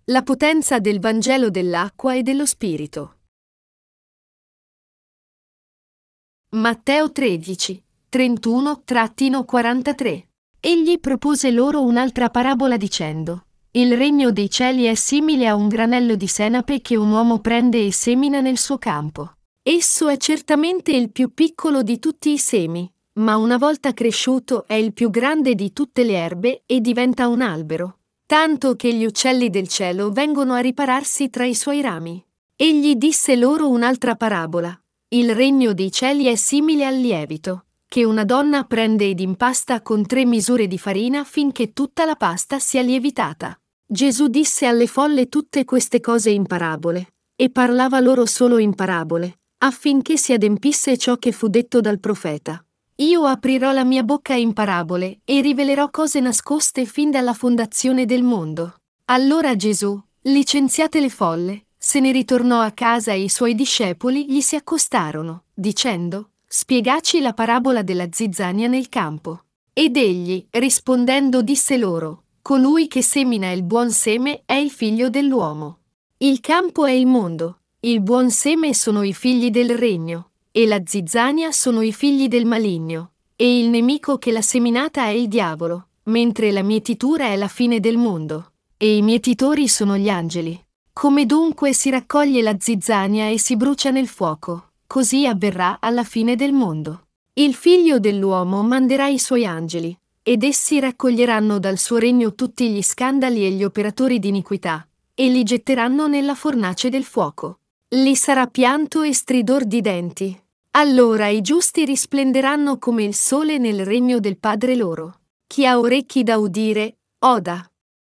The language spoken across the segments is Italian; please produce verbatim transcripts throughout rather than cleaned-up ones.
La potenza del Vangelo dell'acqua e dello Spirito. Matteo tredici, trentuno quarantatré. Egli propose loro un'altra parabola dicendo: Il regno dei cieli è simile a un granello di senape che un uomo prende e semina nel suo campo. Esso è certamente il più piccolo di tutti i semi, ma una volta cresciuto è il più grande di tutte le erbe e diventa un albero, tanto che gli uccelli del cielo vengono a ripararsi tra i suoi rami. Egli disse loro un'altra parabola. Il regno dei cieli è simile al lievito, che una donna prende ed impasta con tre misure di farina finché tutta la pasta sia lievitata. Gesù disse alle folle tutte queste cose in parabole, e parlava loro solo in parabole, affinché si adempisse ciò che fu detto dal profeta. Io aprirò la mia bocca in parabole e rivelerò cose nascoste fin dalla fondazione del mondo. Allora Gesù, licenziate le folle, se ne ritornò a casa e i suoi discepoli gli si accostarono, dicendo: Spiegaci la parabola della zizzania nel campo. Ed egli, rispondendo, disse loro: Colui che semina il buon seme è il figlio dell'uomo. Il campo è il mondo, il buon seme sono i figli del regno, e la zizzania sono i figli del maligno, e il nemico che l'ha seminata è il diavolo, mentre la mietitura è la fine del mondo, e i mietitori sono gli angeli. Come dunque si raccoglie la zizzania e si brucia nel fuoco, così avverrà alla fine del mondo. Il figlio dell'uomo manderà i suoi angeli, ed essi raccoglieranno dal suo regno tutti gli scandali e gli operatori di iniquità, e li getteranno nella fornace del fuoco. Lì sarà pianto e stridor di denti. Allora i giusti risplenderanno come il sole nel regno del Padre loro. Chi ha orecchi da udire, oda.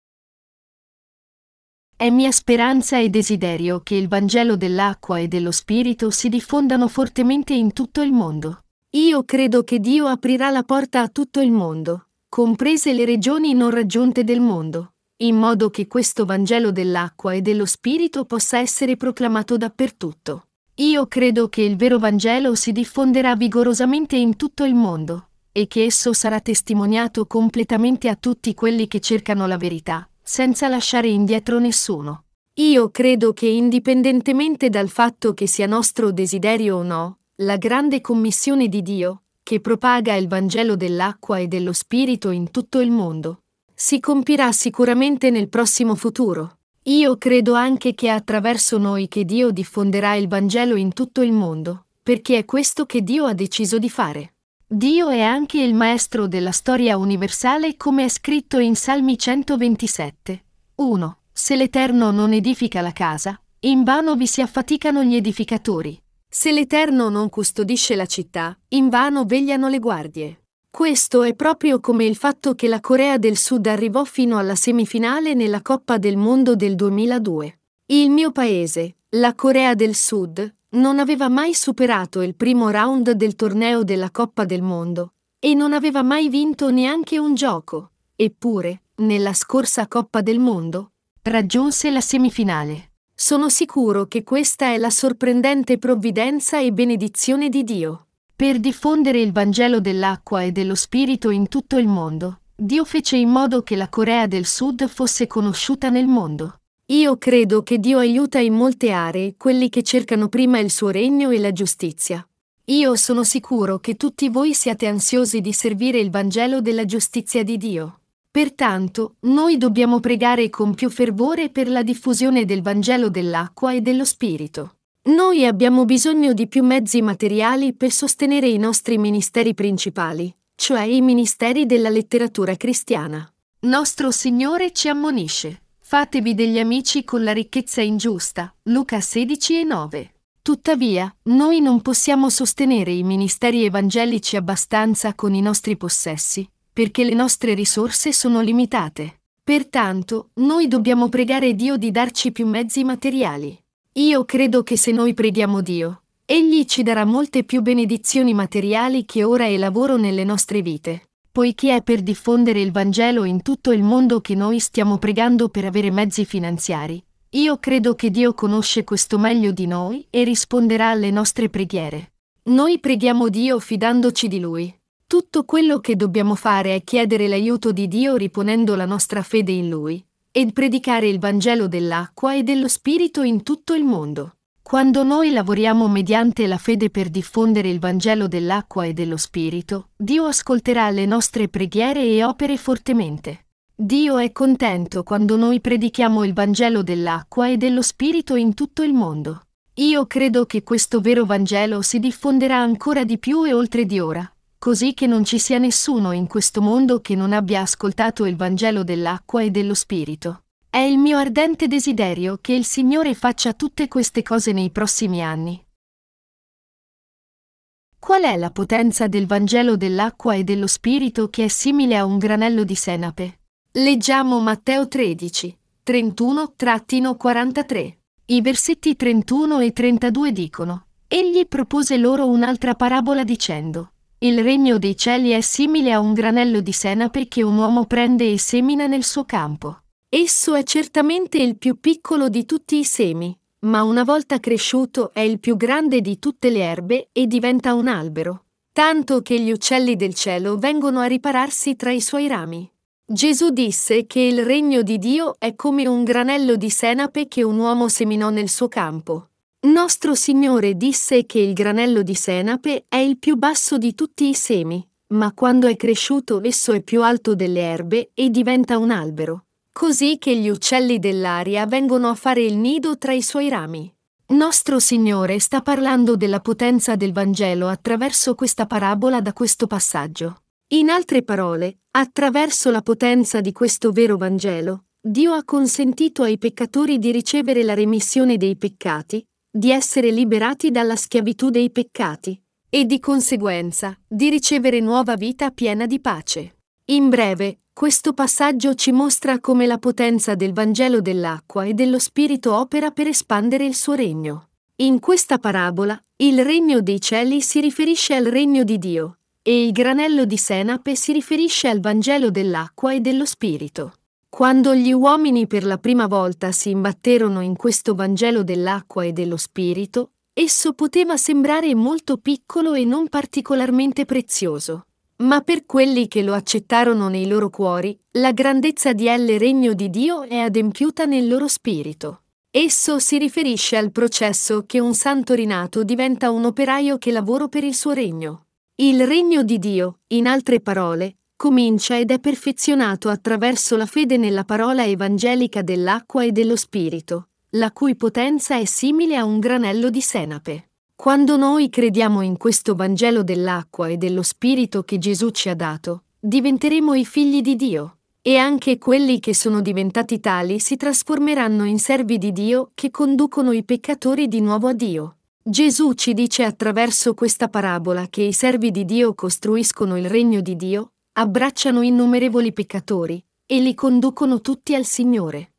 È mia speranza e desiderio che il Vangelo dell'acqua e dello Spirito si diffondano fortemente in tutto il mondo. Io credo che Dio aprirà la porta a tutto il mondo, comprese le regioni non raggiunte del mondo, in modo che questo Vangelo dell'acqua e dello Spirito possa essere proclamato dappertutto. Io credo che il vero Vangelo si diffonderà vigorosamente in tutto il mondo, e che esso sarà testimoniato completamente a tutti quelli che cercano la verità, senza lasciare indietro nessuno. Io credo che indipendentemente dal fatto che sia nostro desiderio o no, la grande commissione di Dio, che propaga il Vangelo dell'acqua e dello Spirito in tutto il mondo, si compirà sicuramente nel prossimo futuro. Io credo anche che è attraverso noi che Dio diffonderà il Vangelo in tutto il mondo, perché è questo che Dio ha deciso di fare. Dio è anche il maestro della storia universale, come è scritto in Salmi centoventisette. uno. Se l'Eterno non edifica la casa, invano vi si affaticano gli edificatori. Se l'Eterno non custodisce la città, invano vegliano le guardie. Questo è proprio come il fatto che la Corea del Sud arrivò fino alla semifinale nella Coppa del Mondo del duemiladue. Il mio paese, la Corea del Sud, non aveva mai superato il primo round del torneo della Coppa del Mondo, e non aveva mai vinto neanche un gioco. Eppure, nella scorsa Coppa del Mondo, raggiunse la semifinale. Sono sicuro che questa è la sorprendente provvidenza e benedizione di Dio. Per diffondere il Vangelo dell'acqua e dello Spirito in tutto il mondo, Dio fece in modo che la Corea del Sud fosse conosciuta nel mondo. Io credo che Dio aiuta in molte aree quelli che cercano prima il suo regno e la giustizia. Io sono sicuro che tutti voi siate ansiosi di servire il Vangelo della giustizia di Dio. Pertanto, noi dobbiamo pregare con più fervore per la diffusione del Vangelo dell'acqua e dello Spirito. Noi abbiamo bisogno di più mezzi materiali per sostenere i nostri ministeri principali, cioè i ministeri della letteratura cristiana. Nostro Signore ci ammonisce: fatevi degli amici con la ricchezza ingiusta, Luca sedici e nove. Tuttavia, noi non possiamo sostenere i ministeri evangelici abbastanza con i nostri possessi, perché le nostre risorse sono limitate. Pertanto, noi dobbiamo pregare Dio di darci più mezzi materiali. Io credo che se noi preghiamo Dio, Egli ci darà molte più benedizioni materiali che ora e lavoro nelle nostre vite, poiché è per diffondere il Vangelo in tutto il mondo che noi stiamo pregando per avere mezzi finanziari. Io credo che Dio conosce questo meglio di noi e risponderà alle nostre preghiere. Noi preghiamo Dio fidandoci di Lui. Tutto quello che dobbiamo fare è chiedere l'aiuto di Dio riponendo la nostra fede in Lui, ed predicare il Vangelo dell'acqua e dello Spirito in tutto il mondo. Quando noi lavoriamo mediante la fede per diffondere il Vangelo dell'acqua e dello Spirito, Dio ascolterà le nostre preghiere e opere fortemente. Dio è contento quando noi predichiamo il Vangelo dell'acqua e dello Spirito in tutto il mondo. Io credo che questo vero Vangelo si diffonderà ancora di più e oltre di ora, così che non ci sia nessuno in questo mondo che non abbia ascoltato il Vangelo dell'acqua e dello Spirito. È il mio ardente desiderio che il Signore faccia tutte queste cose nei prossimi anni. Qual è la potenza del Vangelo dell'acqua e dello Spirito che è simile a un granello di senape? Leggiamo Matteo tredici, trentuno quarantatré. I versetti trentuno e trentadue dicono: Egli propose loro un'altra parabola dicendo: Il regno dei cieli è simile a un granello di senape che un uomo prende e semina nel suo campo. Esso è certamente il più piccolo di tutti i semi, ma una volta cresciuto è il più grande di tutte le erbe e diventa un albero, tanto che gli uccelli del cielo vengono a ripararsi tra i suoi rami. Gesù disse che il regno di Dio è come un granello di senape che un uomo seminò nel suo campo. Nostro Signore disse che il granello di senape è il più basso di tutti i semi, ma quando è cresciuto esso è più alto delle erbe e diventa un albero, così che gli uccelli dell'aria vengono a fare il nido tra i suoi rami. Nostro Signore sta parlando della potenza del Vangelo attraverso questa parabola da questo passaggio. In altre parole, attraverso la potenza di questo vero Vangelo, Dio ha consentito ai peccatori di ricevere la remissione dei peccati, di essere liberati dalla schiavitù dei peccati, e di conseguenza, di ricevere nuova vita piena di pace. In breve, questo passaggio ci mostra come la potenza del Vangelo dell'acqua e dello Spirito opera per espandere il suo regno. In questa parabola, il regno dei cieli si riferisce al regno di Dio, e il granello di senape si riferisce al Vangelo dell'acqua e dello Spirito. Quando gli uomini per la prima volta si imbatterono in questo Vangelo dell'acqua e dello Spirito, esso poteva sembrare molto piccolo e non particolarmente prezioso. Ma per quelli che lo accettarono nei loro cuori, la grandezza di El regno di Dio è adempiuta nel loro spirito. Esso si riferisce al processo che un santo rinato diventa un operaio che lavora per il suo regno. Il regno di Dio, in altre parole, comincia ed è perfezionato attraverso la fede nella parola evangelica dell'acqua e dello Spirito, la cui potenza è simile a un granello di senape. Quando noi crediamo in questo Vangelo dell'acqua e dello Spirito che Gesù ci ha dato, diventeremo i figli di Dio, e anche quelli che sono diventati tali si trasformeranno in servi di Dio che conducono i peccatori di nuovo a Dio. Gesù ci dice attraverso questa parabola che i servi di Dio costruiscono il regno di Dio, abbracciano innumerevoli peccatori e li conducono tutti al Signore.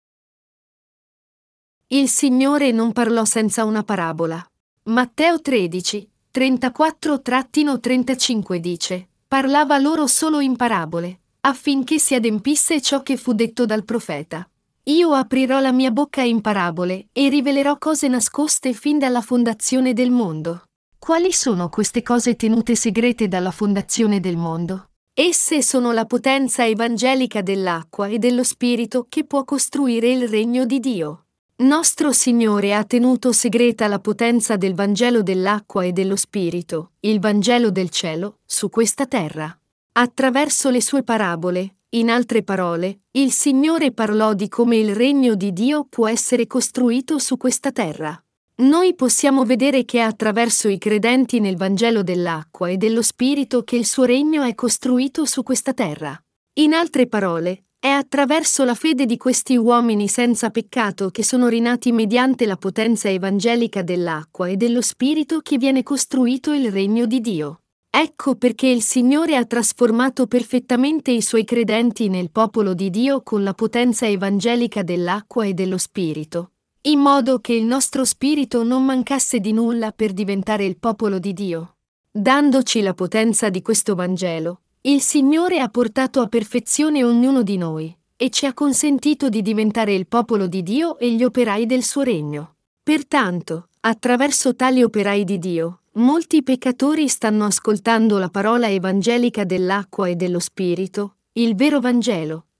Il Signore non parlò senza una parabola. Matteo tredici, trentaquattro trentacinque dice: Parlava loro solo in parabole, affinché si adempisse ciò che fu detto dal profeta. Io aprirò la mia bocca in parabole e rivelerò cose nascoste fin dalla fondazione del mondo. Quali sono queste cose tenute segrete dalla fondazione del mondo? Esse sono la potenza evangelica dell'acqua e dello Spirito che può costruire il regno di Dio. Nostro Signore ha tenuto segreta la potenza del Vangelo dell'acqua e dello Spirito, il Vangelo del cielo, su questa terra. Attraverso le sue parabole, in altre parole, il Signore parlò di come il regno di Dio può essere costruito su questa terra. Noi possiamo vedere che è attraverso i credenti nel Vangelo dell'acqua e dello Spirito che il suo regno è costruito su questa terra. In altre parole, è attraverso la fede di questi uomini senza peccato che sono rinati mediante la potenza evangelica dell'acqua e dello Spirito che viene costruito il regno di Dio. Ecco perché il Signore ha trasformato perfettamente i suoi credenti nel popolo di Dio con la potenza evangelica dell'acqua e dello Spirito, in modo che il nostro spirito non mancasse di nulla per diventare il popolo di Dio. Dandoci la potenza di questo Vangelo, il Signore ha portato a perfezione ognuno di noi e ci ha consentito di diventare il popolo di Dio e gli operai del suo regno. Pertanto, attraverso tali operai di Dio, molti peccatori stanno ascoltando la parola evangelica dell'acqua e dello Spirito, il vero Vangelo,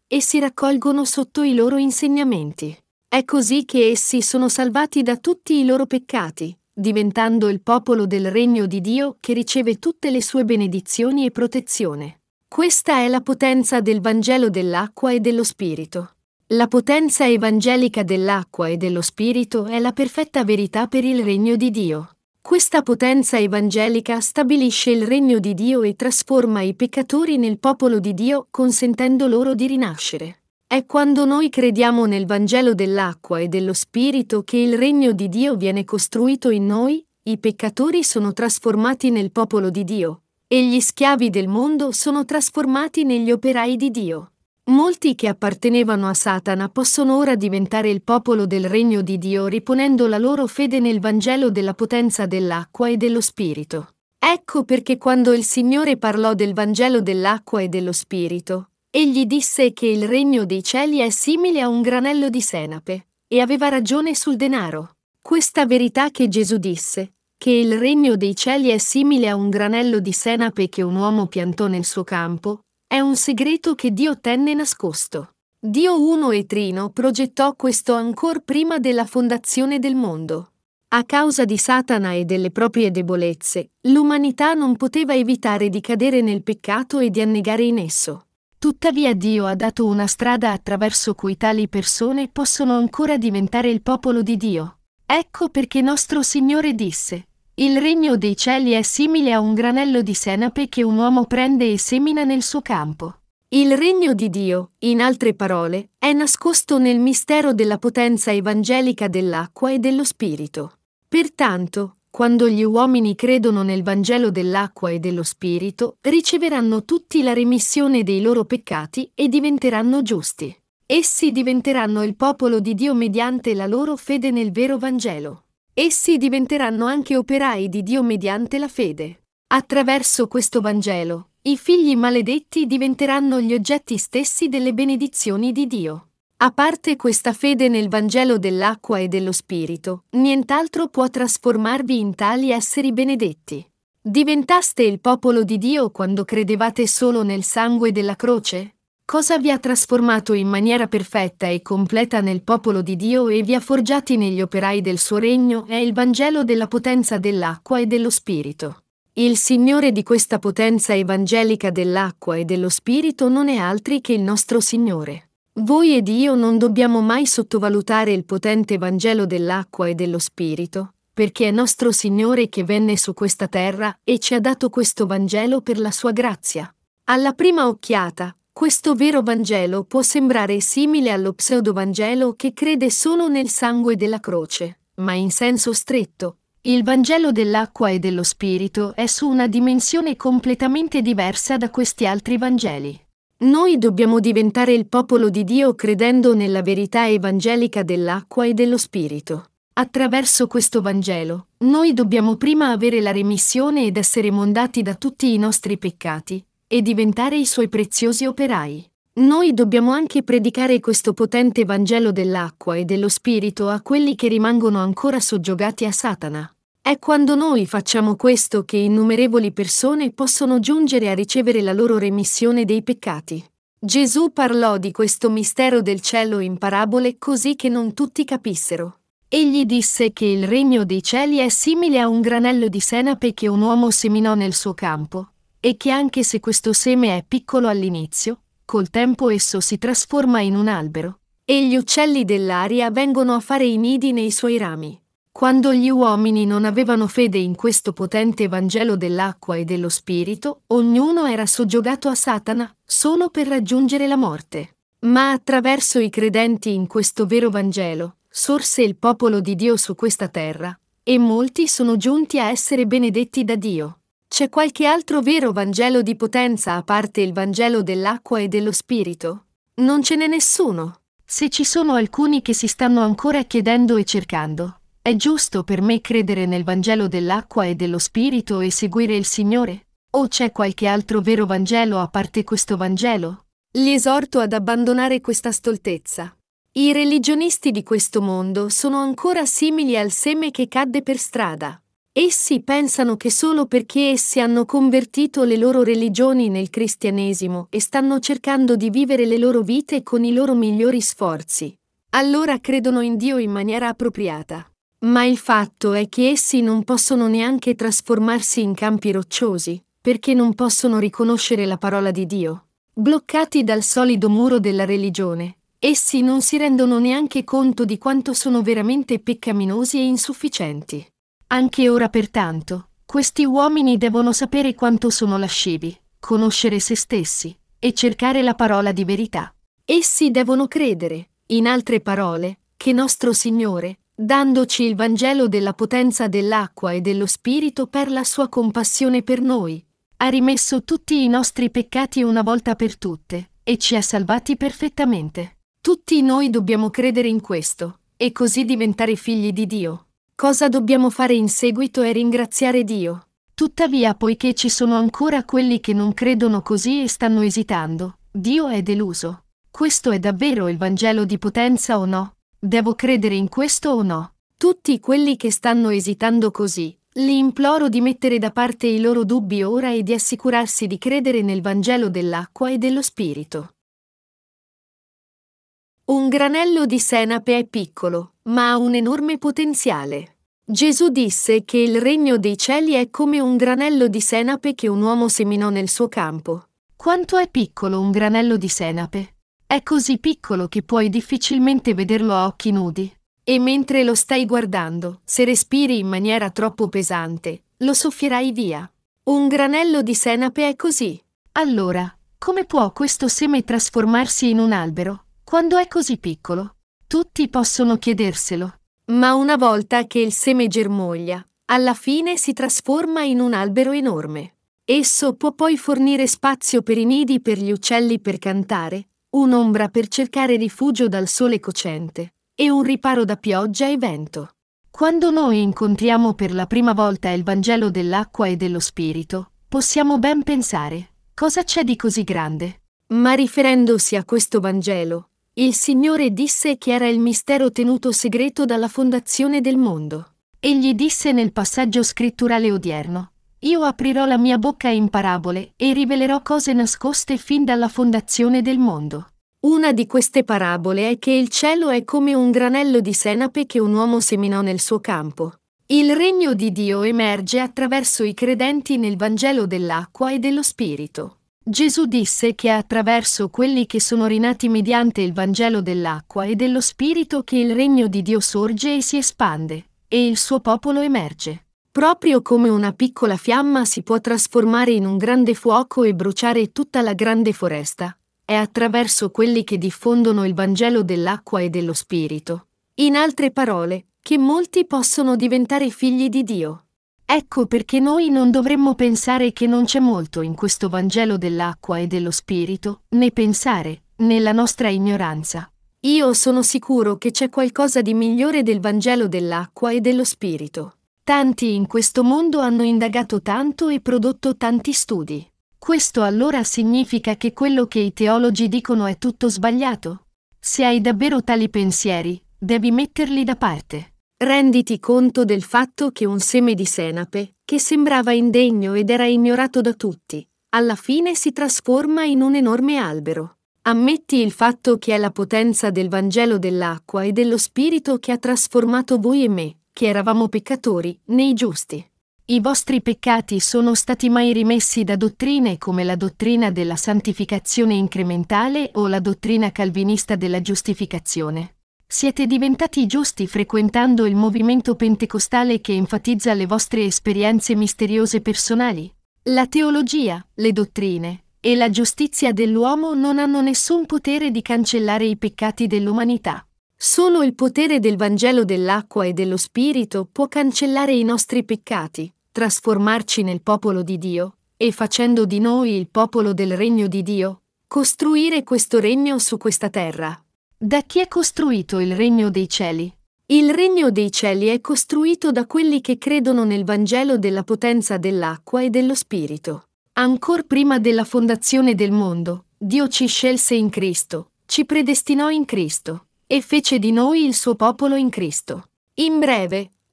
e si raccolgono sotto i loro insegnamenti. È così che essi sono salvati da tutti i loro peccati, diventando il popolo del regno di Dio che riceve tutte le sue benedizioni e protezione. Questa è la potenza del Vangelo dell'acqua e dello Spirito. La potenza evangelica dell'acqua e dello Spirito è la perfetta verità per il regno di Dio. Questa potenza evangelica stabilisce il regno di Dio e trasforma i peccatori nel popolo di Dio, consentendo loro di rinascere. È quando noi crediamo nel Vangelo dell'acqua e dello Spirito che il regno di Dio viene costruito in noi, i peccatori sono trasformati nel popolo di Dio, e gli schiavi del mondo sono trasformati negli operai di Dio. Molti che appartenevano a Satana possono ora diventare il popolo del regno di Dio riponendo la loro fede nel Vangelo della potenza dell'acqua e dello Spirito. Ecco perché quando il Signore parlò del Vangelo dell'acqua e dello Spirito, egli disse che il regno dei cieli è simile a un granello di senape, e aveva ragione sul denaro. Questa verità che Gesù disse, che il regno dei cieli è simile a un granello di senape che un uomo piantò nel suo campo, è un segreto che Dio tenne nascosto. Dio Uno e Trino progettò questo ancor prima della fondazione del mondo. A causa di Satana e delle proprie debolezze, l'umanità non poteva evitare di cadere nel peccato e di annegare in esso. Tuttavia Dio ha dato una strada attraverso cui tali persone possono ancora diventare il popolo di Dio. Ecco perché nostro Signore disse: il regno dei cieli è simile a un granello di senape che un uomo prende e semina nel suo campo. Il regno di Dio, in altre parole, è nascosto nel mistero della potenza evangelica dell'acqua e dello Spirito. Pertanto, quando gli uomini credono nel Vangelo dell'acqua e dello Spirito, riceveranno tutti la remissione dei loro peccati e diventeranno giusti. Essi diventeranno il popolo di Dio mediante la loro fede nel vero Vangelo. Essi diventeranno anche operai di Dio mediante la fede. Attraverso questo Vangelo, i figli maledetti diventeranno gli oggetti stessi delle benedizioni di Dio. A parte questa fede nel Vangelo dell'acqua e dello Spirito, nient'altro può trasformarvi in tali esseri benedetti. Diventaste il popolo di Dio quando credevate solo nel sangue della croce? Cosa vi ha trasformato in maniera perfetta e completa nel popolo di Dio e vi ha forgiati negli operai del suo regno è il Vangelo della potenza dell'acqua e dello Spirito. Il Signore di questa potenza evangelica dell'acqua e dello Spirito non è altri che il nostro Signore. Voi ed io non dobbiamo mai sottovalutare il potente Vangelo dell'acqua e dello Spirito, perché è nostro Signore che venne su questa terra e ci ha dato questo Vangelo per la sua grazia. Alla prima occhiata, questo vero Vangelo può sembrare simile allo pseudovangelo che crede solo nel sangue della croce, ma in senso stretto, il Vangelo dell'acqua e dello Spirito è su una dimensione completamente diversa da questi altri Vangeli. Noi dobbiamo diventare il popolo di Dio credendo nella verità evangelica dell'acqua e dello Spirito. Attraverso questo Vangelo, noi dobbiamo prima avere la remissione ed essere mondati da tutti i nostri peccati, e diventare i suoi preziosi operai. Noi dobbiamo anche predicare questo potente Vangelo dell'acqua e dello Spirito a quelli che rimangono ancora soggiogati a Satana. È quando noi facciamo questo che innumerevoli persone possono giungere a ricevere la loro remissione dei peccati. Gesù parlò di questo mistero del cielo in parabole così che non tutti capissero. Egli disse che il regno dei cieli è simile a un granello di senape che un uomo seminò nel suo campo, e che anche se questo seme è piccolo all'inizio, col tempo esso si trasforma in un albero, e gli uccelli dell'aria vengono a fare i nidi nei suoi rami. Quando gli uomini non avevano fede in questo potente Vangelo dell'acqua e dello Spirito, ognuno era soggiogato a Satana, solo per raggiungere la morte. Ma attraverso i credenti in questo vero Vangelo, sorse il popolo di Dio su questa terra, e molti sono giunti a essere benedetti da Dio. C'è qualche altro vero Vangelo di potenza a parte il Vangelo dell'acqua e dello Spirito? Non ce n'è nessuno. Se ci sono alcuni che si stanno ancora chiedendo e cercando, è giusto per me credere nel Vangelo dell'acqua e dello Spirito e seguire il Signore? O c'è qualche altro vero Vangelo a parte questo Vangelo? Li esorto ad abbandonare questa stoltezza. I religionisti di questo mondo sono ancora simili al seme che cadde per strada. Essi pensano che solo perché essi hanno convertito le loro religioni nel cristianesimo e stanno cercando di vivere le loro vite con i loro migliori sforzi, allora credono in Dio in maniera appropriata. Ma il fatto è che essi non possono neanche trasformarsi in campi rocciosi, perché non possono riconoscere la parola di Dio. Bloccati dal solido muro della religione, essi non si rendono neanche conto di quanto sono veramente peccaminosi e insufficienti. Anche ora pertanto, questi uomini devono sapere quanto sono lascivi, conoscere se stessi, e cercare la parola di verità. Essi devono credere, in altre parole, che nostro Signore, dandoci il Vangelo della potenza dell'acqua e dello Spirito per la sua compassione per noi, ha rimesso tutti i nostri peccati una volta per tutte, e ci ha salvati perfettamente. Tutti noi dobbiamo credere in questo, e così diventare figli di Dio. Cosa dobbiamo fare in seguito è ringraziare Dio. Tuttavia, poiché ci sono ancora quelli che non credono così e stanno esitando, Dio è deluso. Questo è davvero il Vangelo di potenza o no? Devo credere in questo o no? Tutti quelli che stanno esitando così, li imploro di mettere da parte i loro dubbi ora e di assicurarsi di credere nel Vangelo dell'acqua e dello Spirito. Un granello di senape è piccolo, ma ha un enorme potenziale. Gesù disse che il regno dei cieli è come un granello di senape che un uomo seminò nel suo campo. Quanto è piccolo un granello di senape? È così piccolo che puoi difficilmente vederlo a occhi nudi. E mentre lo stai guardando, se respiri in maniera troppo pesante, lo soffierai via. Un granello di senape è così. Allora, come può questo seme trasformarsi in un albero, quando è così piccolo? Tutti possono chiederselo. Ma una volta che il seme germoglia, alla fine si trasforma in un albero enorme. Esso può poi fornire spazio per i nidi per gli uccelli per cantare, un'ombra per cercare rifugio dal sole cocente, e un riparo da pioggia e vento. Quando noi incontriamo per la prima volta il Vangelo dell'acqua e dello Spirito, possiamo ben pensare, cosa c'è di così grande? Ma riferendosi a questo Vangelo, il Signore disse che era il mistero tenuto segreto dalla fondazione del mondo. Egli disse nel passaggio scritturale odierno: Io aprirò la mia bocca in parabole e rivelerò cose nascoste fin dalla fondazione del mondo. Una di queste parabole è che il cielo è come un granello di senape che un uomo seminò nel suo campo. Il regno di Dio emerge attraverso i credenti nel Vangelo dell'acqua e dello Spirito. Gesù disse che è attraverso quelli che sono rinati mediante il Vangelo dell'acqua e dello Spirito che il regno di Dio sorge e si espande, e il suo popolo emerge. Proprio come una piccola fiamma si può trasformare in un grande fuoco e bruciare tutta la grande foresta, è attraverso quelli che diffondono il Vangelo dell'acqua e dello Spirito, in altre parole, che molti possono diventare figli di Dio. Ecco perché noi non dovremmo pensare che non c'è molto in questo Vangelo dell'acqua e dello Spirito, né pensare, nella nostra ignoranza. Io sono sicuro che c'è qualcosa di migliore del Vangelo dell'acqua e dello Spirito. Tanti in questo mondo hanno indagato tanto e prodotto tanti studi. Questo allora significa che quello che i teologi dicono è tutto sbagliato? Se hai davvero tali pensieri, devi metterli da parte. Renditi conto del fatto che un seme di senape, che sembrava indegno ed era ignorato da tutti, alla fine si trasforma in un enorme albero. Ammetti il fatto che è la potenza del Vangelo dell'acqua e dello Spirito che ha trasformato voi e me, che eravamo peccatori, nei giusti. I vostri peccati sono stati mai rimessi da dottrine come la dottrina della santificazione incrementale o la dottrina calvinista della giustificazione? Siete diventati giusti frequentando il movimento pentecostale che enfatizza le vostre esperienze misteriose personali? La teologia, le dottrine e la giustizia dell'uomo non hanno nessun potere di cancellare i peccati dell'umanità. Solo il potere del Vangelo dell'acqua e dello Spirito può cancellare i nostri peccati, trasformarci nel popolo di Dio, e facendo di noi il popolo del regno di Dio, costruire questo regno su questa terra. Da chi è costruito il regno dei cieli? Il regno dei cieli è costruito da quelli che credono nel Vangelo della potenza dell'acqua e dello Spirito. Ancor prima della fondazione del mondo, Dio ci scelse in Cristo, ci predestinò in Cristo, e fece di noi il suo popolo in Cristo. In breve,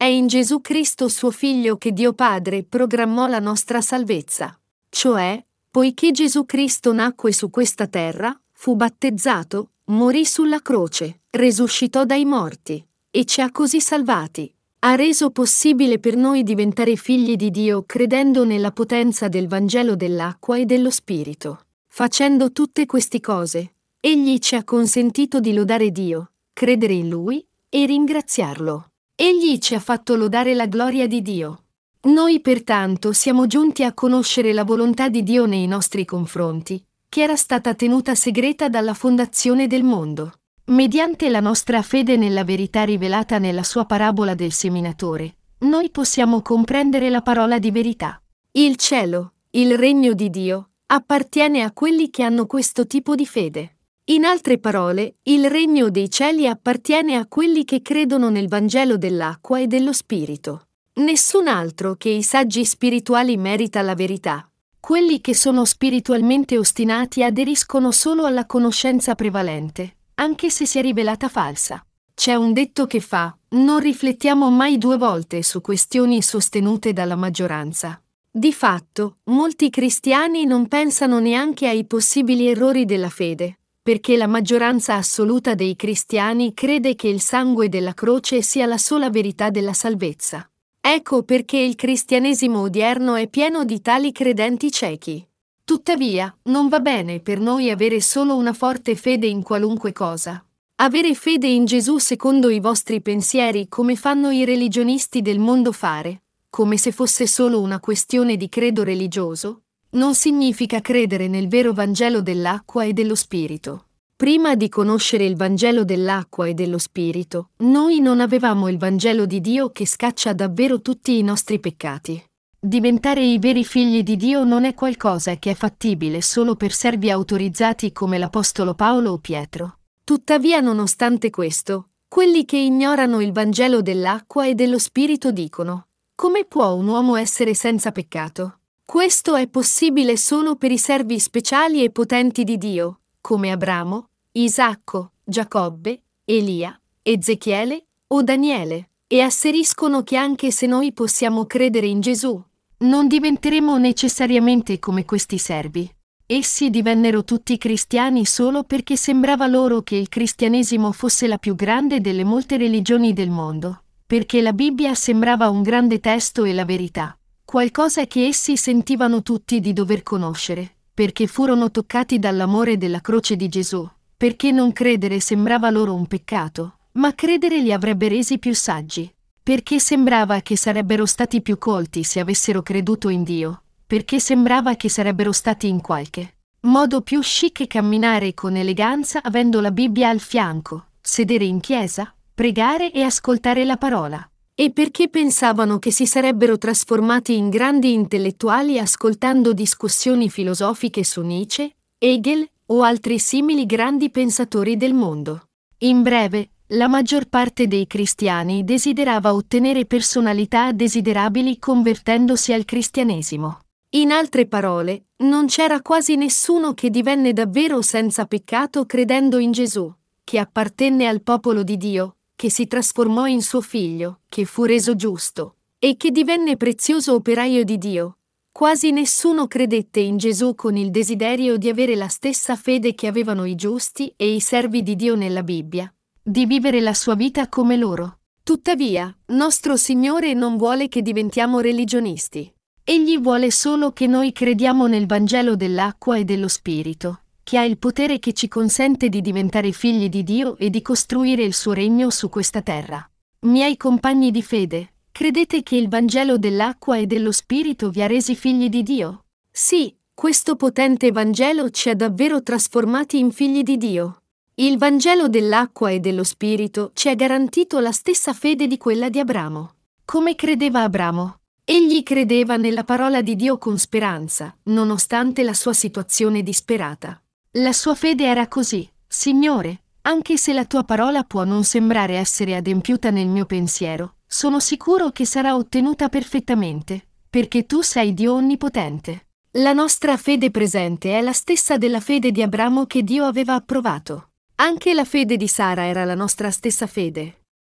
È in Gesù Cristo suo Figlio che Dio Padre programmò la nostra salvezza. Cioè, poiché Gesù Cristo nacque su questa terra, fu battezzato, morì sulla croce, risuscitò dai morti, e ci ha così salvati. Ha reso possibile per noi diventare figli di Dio credendo nella potenza del Vangelo dell'acqua e dello Spirito. Facendo tutte queste cose, Egli ci ha consentito di lodare Dio, credere in Lui e ringraziarlo. Egli ci ha fatto lodare la gloria di Dio. Noi pertanto siamo giunti a conoscere la volontà di Dio nei nostri confronti, che era stata tenuta segreta dalla fondazione del mondo. Mediante la nostra fede nella verità rivelata nella sua parabola del seminatore, noi possiamo comprendere la parola di verità. Il cielo, il regno di Dio, appartiene a quelli che hanno questo tipo di fede. In altre parole, il regno dei cieli appartiene a quelli che credono nel Vangelo dell'acqua e dello Spirito. Nessun altro che i saggi spirituali merita la verità. Quelli che sono spiritualmente ostinati aderiscono solo alla conoscenza prevalente, anche se si è rivelata falsa. C'è un detto che fa: non riflettiamo mai due volte su questioni sostenute dalla maggioranza. Di fatto, molti cristiani non pensano neanche ai possibili errori della fede, perché la maggioranza assoluta dei cristiani crede che il sangue della croce sia la sola verità della salvezza. Ecco perché il cristianesimo odierno è pieno di tali credenti ciechi. Tuttavia, non va bene per noi avere solo una forte fede in qualunque cosa. Avere fede in Gesù secondo i vostri pensieri come fanno i religionisti del mondo fare, come se fosse solo una questione di credo religioso, non significa credere nel vero Vangelo dell'acqua e dello Spirito. Prima di conoscere il Vangelo dell'acqua e dello Spirito, noi non avevamo il Vangelo di Dio che scaccia davvero tutti i nostri peccati. Diventare i veri figli di Dio non è qualcosa che è fattibile solo per servi autorizzati come l'Apostolo Paolo o Pietro. Tuttavia, nonostante questo, quelli che ignorano il Vangelo dell'acqua e dello Spirito dicono: come può un uomo essere senza peccato? Questo è possibile solo per i servi speciali e potenti di Dio, come Abramo, Isacco, Giacobbe, Elia, Ezechiele o Daniele, e asseriscono che anche se noi possiamo credere in Gesù, non diventeremo necessariamente come questi servi. Essi divennero tutti cristiani solo perché sembrava loro che il cristianesimo fosse la più grande delle molte religioni del mondo, perché la Bibbia sembrava un grande testo e la verità, qualcosa che essi sentivano tutti di dover conoscere, perché furono toccati dall'amore della croce di Gesù, perché non credere sembrava loro un peccato, ma credere li avrebbe resi più saggi, perché sembrava che sarebbero stati più colti se avessero creduto in Dio, perché sembrava che sarebbero stati in qualche modo più chic camminare con eleganza avendo la Bibbia al fianco, sedere in chiesa, pregare e ascoltare la parola. E perché pensavano che si sarebbero trasformati in grandi intellettuali ascoltando discussioni filosofiche su Nietzsche, Hegel o altri simili grandi pensatori del mondo. In breve, la maggior parte dei cristiani desiderava ottenere personalità desiderabili convertendosi al cristianesimo. In altre parole, non c'era quasi nessuno che divenne davvero senza peccato credendo in Gesù, che appartenne al popolo di Dio, che si trasformò in suo figlio, che fu reso giusto, e che divenne prezioso operaio di Dio. Quasi nessuno credette in Gesù con il desiderio di avere la stessa fede che avevano i giusti e i servi di Dio nella Bibbia, di vivere la sua vita come loro. Tuttavia, nostro Signore non vuole che diventiamo religionisti. Egli vuole solo che noi crediamo nel Vangelo dell'acqua e dello Spirito, che ha il potere che ci consente di diventare figli di Dio e di costruire il suo regno su questa terra. Miei compagni di fede, credete che il Vangelo dell'acqua e dello Spirito vi ha resi figli di Dio? Sì, questo potente Vangelo ci ha davvero trasformati in figli di Dio. Il Vangelo dell'acqua e dello Spirito ci ha garantito la stessa fede di quella di Abramo. Come credeva Abramo? Egli credeva nella parola di Dio con speranza, nonostante la sua situazione disperata. La sua fede era così: Signore, anche se la tua parola può non sembrare essere adempiuta nel mio pensiero, sono sicuro che sarà ottenuta perfettamente, perché tu sei Dio onnipotente. La nostra fede presente è la stessa della fede di Abramo che Dio aveva approvato. Anche la fede di Sara era la nostra stessa fede.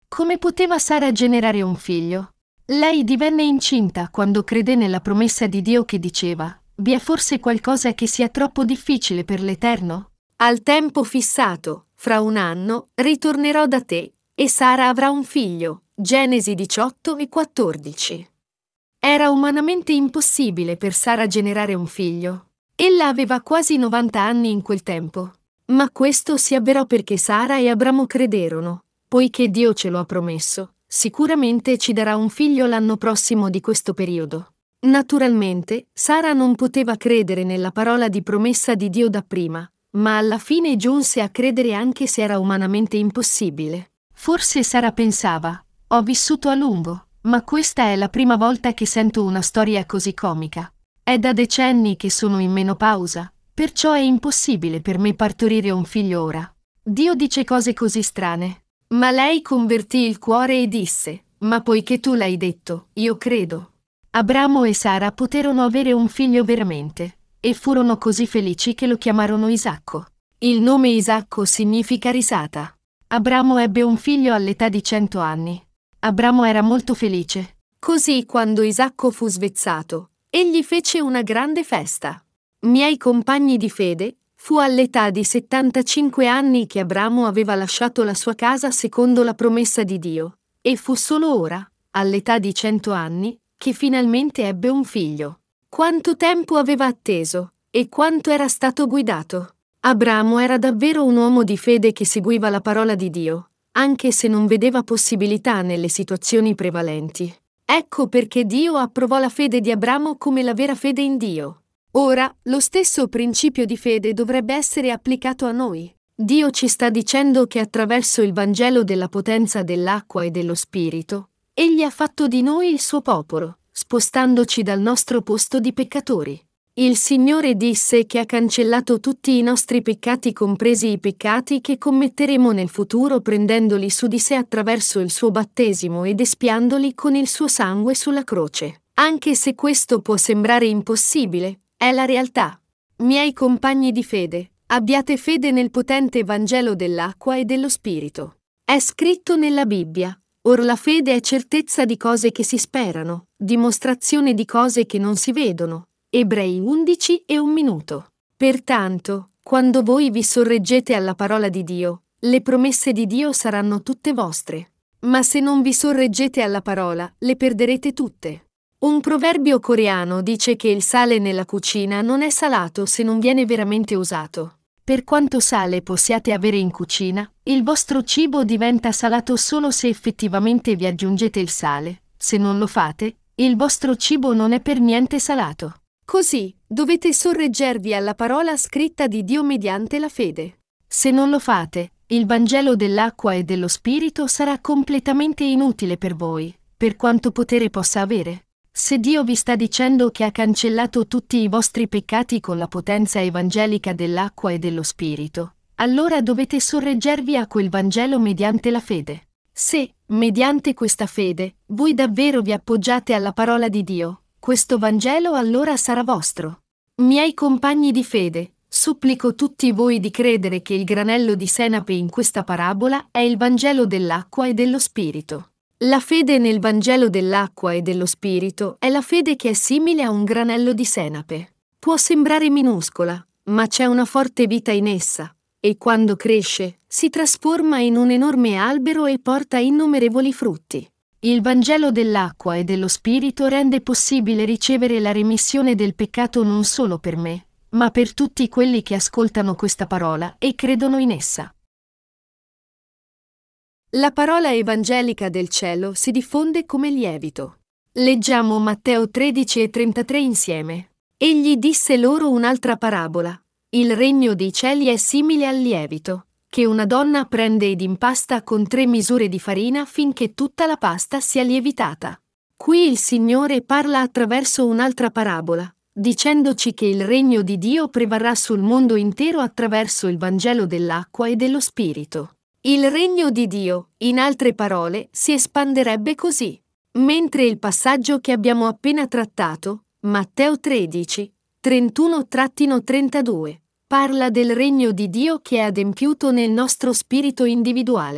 Come poteva Sara generare un figlio? Lei divenne incinta quando credé nella promessa di Dio che diceva: vi è forse qualcosa che sia troppo difficile per l'Eterno? Al tempo fissato, fra un anno, ritornerò da te, e Sara avrà un figlio. Genesi diciotto e quattordici. Era umanamente impossibile per Sara generare un figlio. Ella aveva quasi novanta anni in quel tempo. Ma questo si avverò perché Sara e Abramo crederono. Poiché Dio ce lo ha promesso, sicuramente ci darà un figlio l'anno prossimo di questo periodo. Naturalmente, Sara non poteva credere nella parola di promessa di Dio dapprima, ma alla fine giunse a credere anche se era umanamente impossibile. Forse Sara pensava: ho vissuto a lungo, ma questa è la prima volta che sento una storia così comica. È da decenni che sono in menopausa, perciò è impossibile per me partorire un figlio ora. Dio dice cose così strane. Ma lei convertì il cuore e disse: ma poiché tu l'hai detto, io credo. Abramo e Sara poterono avere un figlio veramente, e furono così felici che lo chiamarono Isacco. Il nome Isacco significa risata. Abramo ebbe un figlio all'età di cento anni. Abramo era molto felice. Così, quando Isacco fu svezzato, egli fece una grande festa. Miei compagni di fede, fu all'età di settantacinque anni che Abramo aveva lasciato la sua casa secondo la promessa di Dio, e fu solo ora, all'età di cento anni, che finalmente ebbe un figlio. Quanto tempo aveva atteso, e quanto era stato guidato! Abramo era davvero un uomo di fede che seguiva la parola di Dio, anche se non vedeva possibilità nelle situazioni prevalenti. Ecco perché Dio approvò la fede di Abramo come la vera fede in Dio. Ora, lo stesso principio di fede dovrebbe essere applicato a noi. Dio ci sta dicendo che attraverso il Vangelo della potenza dell'acqua e dello Spirito, Egli ha fatto di noi il suo popolo, spostandoci dal nostro posto di peccatori. Il Signore disse che ha cancellato tutti i nostri peccati, compresi i peccati che commetteremo nel futuro, prendendoli su di sé attraverso il suo battesimo ed espiandoli con il suo sangue sulla croce. Anche se questo può sembrare impossibile, è la realtà. Miei compagni di fede, abbiate fede nel potente Vangelo dell'acqua e dello Spirito. È scritto nella Bibbia: or la fede è certezza di cose che si sperano, dimostrazione di cose che non si vedono. Ebrei undici e un minuto. Pertanto, quando voi vi sorreggete alla parola di Dio, le promesse di Dio saranno tutte vostre. Ma se non vi sorreggete alla parola, le perderete tutte. Un proverbio coreano dice che il sale nella cucina non è salato se non viene veramente usato. Per quanto sale possiate avere in cucina, il vostro cibo diventa salato solo se effettivamente vi aggiungete il sale. Se non lo fate, il vostro cibo non è per niente salato. Così, dovete sorreggervi alla parola scritta di Dio mediante la fede. Se non lo fate, il Vangelo dell'acqua e dello Spirito sarà completamente inutile per voi, per quanto potere possa avere. Se Dio vi sta dicendo che ha cancellato tutti i vostri peccati con la potenza evangelica dell'acqua e dello Spirito, allora dovete sorreggervi a quel Vangelo mediante la fede. Se, mediante questa fede, voi davvero vi appoggiate alla parola di Dio, questo Vangelo allora sarà vostro. Miei compagni di fede, supplico tutti voi di credere che il granello di senape in questa parabola è il Vangelo dell'acqua e dello Spirito. La fede nel Vangelo dell'acqua e dello Spirito è la fede che è simile a un granello di senape. Può sembrare minuscola, ma c'è una forte vita in essa, e quando cresce, si trasforma in un enorme albero e porta innumerevoli frutti. Il Vangelo dell'acqua e dello Spirito rende possibile ricevere la remissione del peccato non solo per me, ma per tutti quelli che ascoltano questa parola e credono in essa. La parola evangelica del cielo si diffonde come lievito. Leggiamo Matteo tredici e trentatré insieme. Egli disse loro un'altra parabola. Il regno dei cieli è simile al lievito, che una donna prende ed impasta con tre misure di farina finché tutta la pasta sia lievitata. Qui il Signore parla attraverso un'altra parabola, dicendoci che il regno di Dio prevarrà sul mondo intero attraverso il Vangelo dell'acqua e dello Spirito. Il regno di Dio, in altre parole, si espanderebbe così. Mentre il passaggio che abbiamo appena trattato, Matteo tredici, trentuno trentadue, parla del regno di Dio che è adempiuto nel nostro spirito individuale.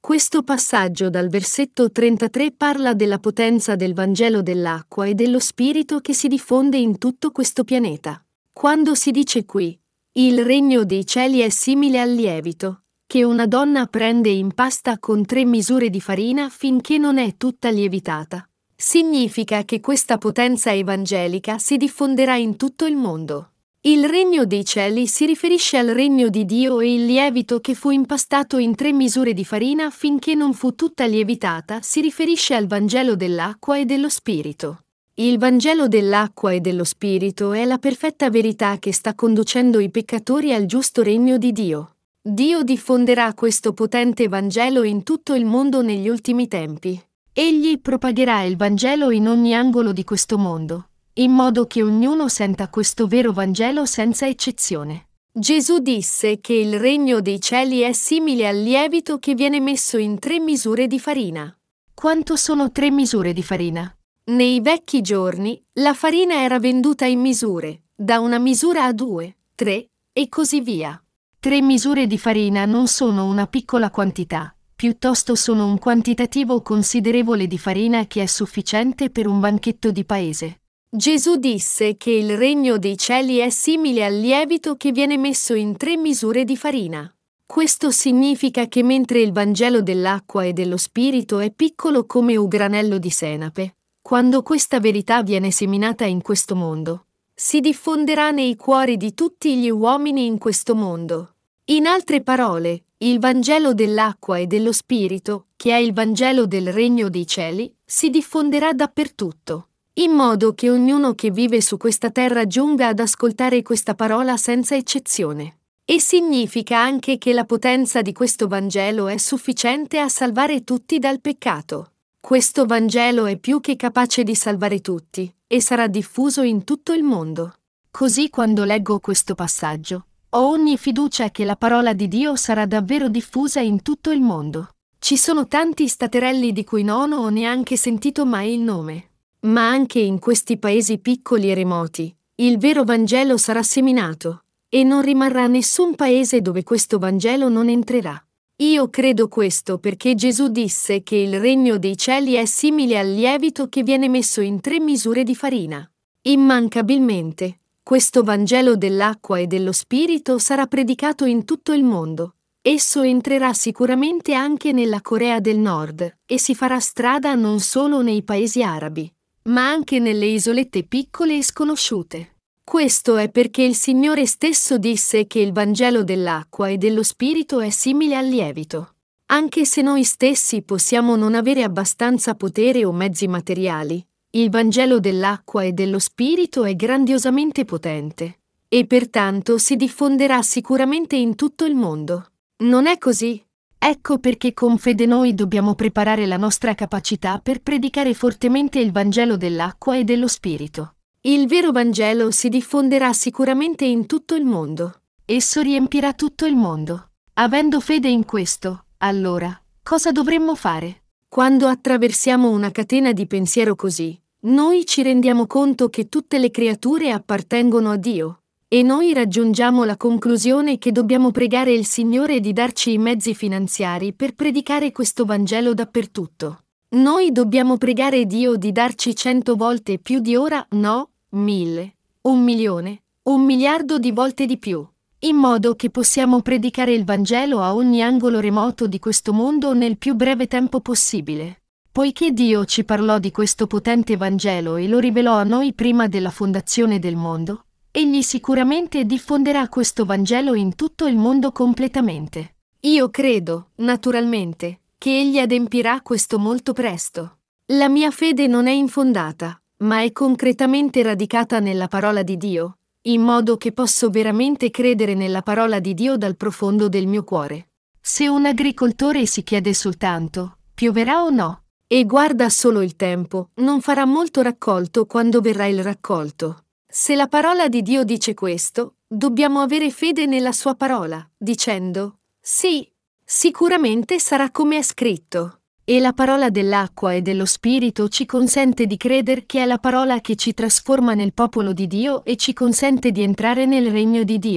Questo passaggio dal versetto trentatré parla della potenza del Vangelo dell'acqua e dello Spirito che si diffonde in tutto questo pianeta. Quando si dice qui, il regno dei cieli è simile al lievito, che una donna prende e impasta con tre misure di farina finché non è tutta lievitata, significa che questa potenza evangelica si diffonderà in tutto il mondo. Il regno dei cieli si riferisce al regno di Dio e il lievito che fu impastato in tre misure di farina finché non fu tutta lievitata si riferisce al Vangelo dell'acqua e dello Spirito. Il Vangelo dell'acqua e dello Spirito è la perfetta verità che sta conducendo i peccatori al giusto regno di Dio. Dio diffonderà questo potente Vangelo in tutto il mondo negli ultimi tempi. Egli propagherà il Vangelo in ogni angolo di questo mondo, in modo che ognuno senta questo vero Vangelo senza eccezione. Gesù disse che il regno dei cieli è simile al lievito che viene messo in tre misure di farina. Quanto sono tre misure di farina? Nei vecchi giorni, la farina era venduta in misure, da una misura a due, tre, e così via. Tre misure di farina non sono una piccola quantità, piuttosto sono un quantitativo considerevole di farina che è sufficiente per un banchetto di paese. Gesù disse che il regno dei cieli è simile al lievito che viene messo in tre misure di farina. Questo significa che mentre il Vangelo dell'acqua e dello Spirito è piccolo come un granello di senape, quando questa verità viene seminata in questo mondo, si diffonderà nei cuori di tutti gli uomini in questo mondo. In altre parole, il Vangelo dell'acqua e dello Spirito, che è il Vangelo del regno dei cieli, si diffonderà dappertutto, in modo che ognuno che vive su questa terra giunga ad ascoltare questa parola senza eccezione. E significa anche che la potenza di questo Vangelo è sufficiente a salvare tutti dal peccato. Questo Vangelo è più che capace di salvare tutti, e sarà diffuso in tutto il mondo. Così quando leggo questo passaggio, ho ogni fiducia che la parola di Dio sarà davvero diffusa in tutto il mondo. Ci sono tanti staterelli di cui non ho neanche sentito mai il nome. Ma anche in questi paesi piccoli e remoti, il vero Vangelo sarà seminato, e non rimarrà nessun paese dove questo Vangelo non entrerà. Io credo questo perché Gesù disse che il regno dei cieli è simile al lievito che viene messo in tre misure di farina. Immancabilmente, questo Vangelo dell'acqua e dello Spirito sarà predicato in tutto il mondo. Esso entrerà sicuramente anche nella Corea del Nord, e si farà strada non solo nei paesi arabi, ma anche nelle isolette piccole e sconosciute. Questo è perché il Signore stesso disse che il Vangelo dell'acqua e dello Spirito è simile al lievito. Anche se noi stessi possiamo non avere abbastanza potere o mezzi materiali, il Vangelo dell'acqua e dello Spirito è grandiosamente potente, e pertanto si diffonderà sicuramente in tutto il mondo. Non è così? Ecco perché con fede noi dobbiamo preparare la nostra capacità per predicare fortemente il Vangelo dell'acqua e dello Spirito. Il vero Vangelo si diffonderà sicuramente in tutto il mondo. Esso riempirà tutto il mondo. Avendo fede in questo, allora, cosa dovremmo fare? Quando attraversiamo una catena di pensiero così, noi ci rendiamo conto che tutte le creature appartengono a Dio. E noi raggiungiamo la conclusione che dobbiamo pregare il Signore di darci i mezzi finanziari per predicare questo Vangelo dappertutto. Noi dobbiamo pregare Dio di darci cento volte più di ora, no, mille, un milione, un miliardo di volte di più, in modo che possiamo predicare il Vangelo a ogni angolo remoto di questo mondo nel più breve tempo possibile. Poiché Dio ci parlò di questo potente Vangelo e lo rivelò a noi prima della fondazione del mondo, Egli sicuramente diffonderà questo Vangelo in tutto il mondo completamente. Io credo, naturalmente, che Egli adempirà questo molto presto. La mia fede non è infondata, ma è concretamente radicata nella parola di Dio, in modo che posso veramente credere nella parola di Dio dal profondo del mio cuore. Se un agricoltore si chiede soltanto, pioverà o no? E guarda solo il tempo, non farà molto raccolto quando verrà il raccolto. Se la parola di Dio dice questo, dobbiamo avere fede nella sua parola, dicendo, sì, sicuramente sarà come è scritto. E la parola dell'acqua e dello Spirito ci consente di credere che è la parola che ci trasforma nel popolo di Dio e ci consente di entrare nel regno di Dio.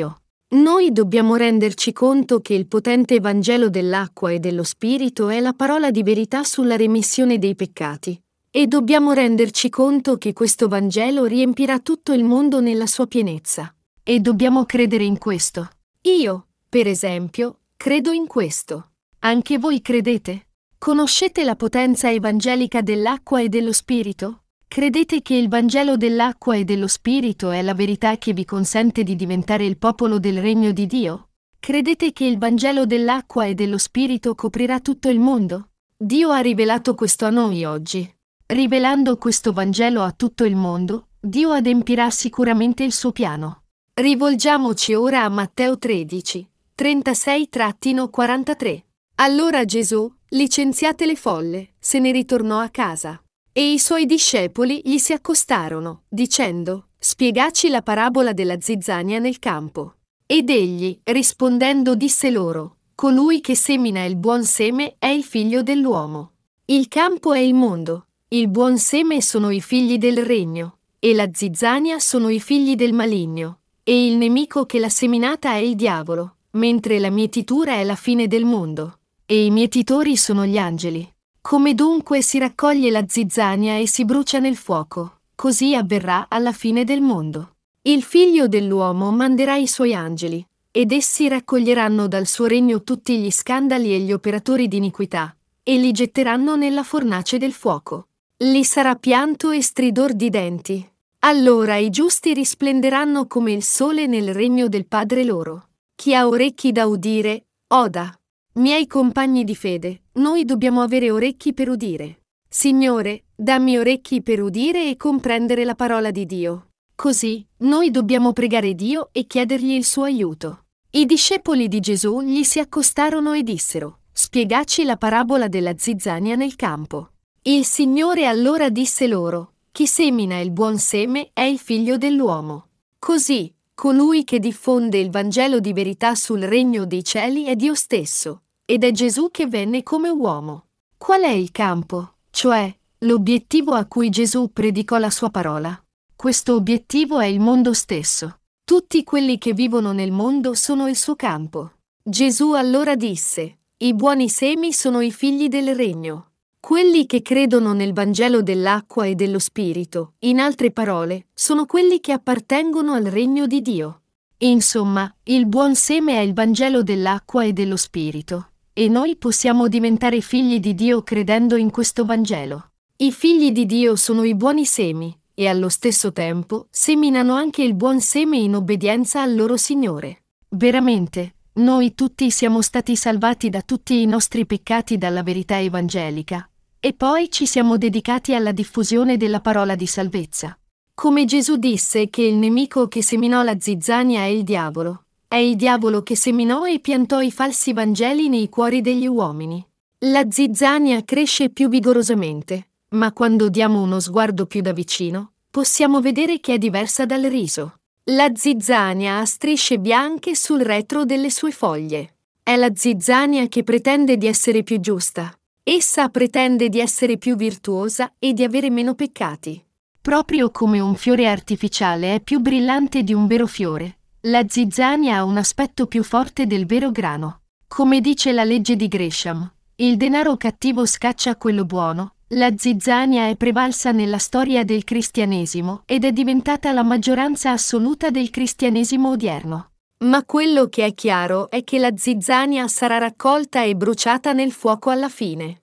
Noi dobbiamo renderci conto che il potente Vangelo dell'acqua e dello Spirito è la parola di verità sulla remissione dei peccati, e dobbiamo renderci conto che questo Vangelo riempirà tutto il mondo nella sua pienezza. E dobbiamo credere in questo. Io, per esempio, credo in questo. Anche voi credete? Conoscete la potenza evangelica dell'acqua e dello Spirito? Credete che il Vangelo dell'acqua e dello Spirito è la verità che vi consente di diventare il popolo del regno di Dio? Credete che il Vangelo dell'acqua e dello Spirito coprirà tutto il mondo? Dio ha rivelato questo a noi oggi. Rivelando questo Vangelo a tutto il mondo, Dio adempirà sicuramente il suo piano. Rivolgiamoci ora a Matteo tredici, trentasei quarantatré. Allora Gesù, licenziate le folle, se ne ritornò a casa. E i suoi discepoli gli si accostarono, dicendo: Spiegaci la parabola della zizzania nel campo. Ed egli, rispondendo, disse loro: Colui che semina il buon seme è il figlio dell'uomo. Il campo è il mondo, il buon seme sono i figli del regno, e la zizzania sono i figli del maligno, e il nemico che l'ha seminata è il diavolo, mentre la mietitura è la fine del mondo, e i mietitori sono gli angeli. Come dunque si raccoglie la zizzania e si brucia nel fuoco, così avverrà alla fine del mondo. Il figlio dell'uomo manderà i suoi angeli, ed essi raccoglieranno dal suo regno tutti gli scandali e gli operatori di iniquità, e li getteranno nella fornace del fuoco. Lì sarà pianto e stridor di denti. Allora i giusti risplenderanno come il sole nel regno del Padre loro. Chi ha orecchi da udire, oda. Miei compagni di fede, noi dobbiamo avere orecchi per udire. Signore, dammi orecchi per udire e comprendere la parola di Dio. Così, noi dobbiamo pregare Dio e chiedergli il suo aiuto. I discepoli di Gesù gli si accostarono e dissero: Spiegaci la parabola della zizzania nel campo. Il Signore allora disse loro: Chi semina il buon seme è il figlio dell'uomo. Così, colui che diffonde il Vangelo di verità sul regno dei cieli è Dio stesso. Ed è Gesù che venne come uomo. Qual è il campo, cioè, l'obiettivo a cui Gesù predicò la sua parola? Questo obiettivo è il mondo stesso. Tutti quelli che vivono nel mondo sono il suo campo. Gesù allora disse: I buoni semi sono i figli del regno. Quelli che credono nel Vangelo dell'acqua e dello Spirito, in altre parole, sono quelli che appartengono al regno di Dio. Insomma, il buon seme è il Vangelo dell'acqua e dello Spirito. E noi possiamo diventare figli di Dio credendo in questo Vangelo. I figli di Dio sono i buoni semi, e allo stesso tempo seminano anche il buon seme in obbedienza al loro Signore. Veramente, noi tutti siamo stati salvati da tutti i nostri peccati dalla verità evangelica, e poi ci siamo dedicati alla diffusione della parola di salvezza. Come Gesù disse che il nemico che seminò la zizzania è il diavolo. È il diavolo che seminò e piantò i falsi Vangeli nei cuori degli uomini. La zizzania cresce più vigorosamente, ma quando diamo uno sguardo più da vicino, possiamo vedere che è diversa dal riso. La zizzania ha strisce bianche sul retro delle sue foglie. È la zizzania che pretende di essere più giusta. Essa pretende di essere più virtuosa e di avere meno peccati. Proprio come un fiore artificiale è più brillante di un vero fiore, la zizzania ha un aspetto più forte del vero grano. Come dice la legge di Gresham, il denaro cattivo scaccia quello buono. La zizzania è prevalsa nella storia del cristianesimo ed è diventata la maggioranza assoluta del cristianesimo odierno. Ma quello che è chiaro è che la zizzania sarà raccolta e bruciata nel fuoco alla fine.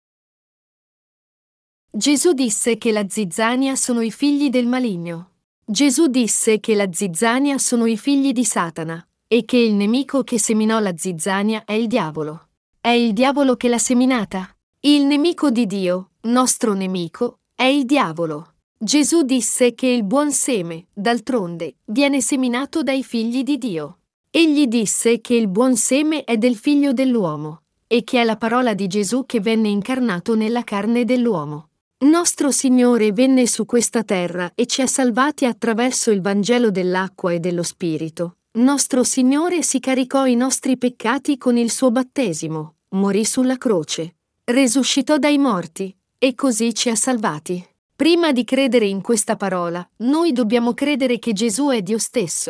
Gesù disse che la zizzania sono i figli del maligno. Gesù disse che la zizzania sono i figli di Satana, e che il nemico che seminò la zizzania è il diavolo. È il diavolo che l'ha seminata? Il nemico di Dio, nostro nemico, è il diavolo. Gesù disse che il buon seme, d'altronde, viene seminato dai figli di Dio. Egli disse che il buon seme è del figlio dell'uomo, e che è la parola di Gesù che venne incarnato nella carne dell'uomo. Nostro Signore venne su questa terra e ci ha salvati attraverso il Vangelo dell'acqua e dello Spirito. Nostro Signore si caricò i nostri peccati con il suo battesimo, morì sulla croce, resuscitò dai morti, e così ci ha salvati. Prima di credere in questa parola, noi dobbiamo credere che Gesù è Dio stesso.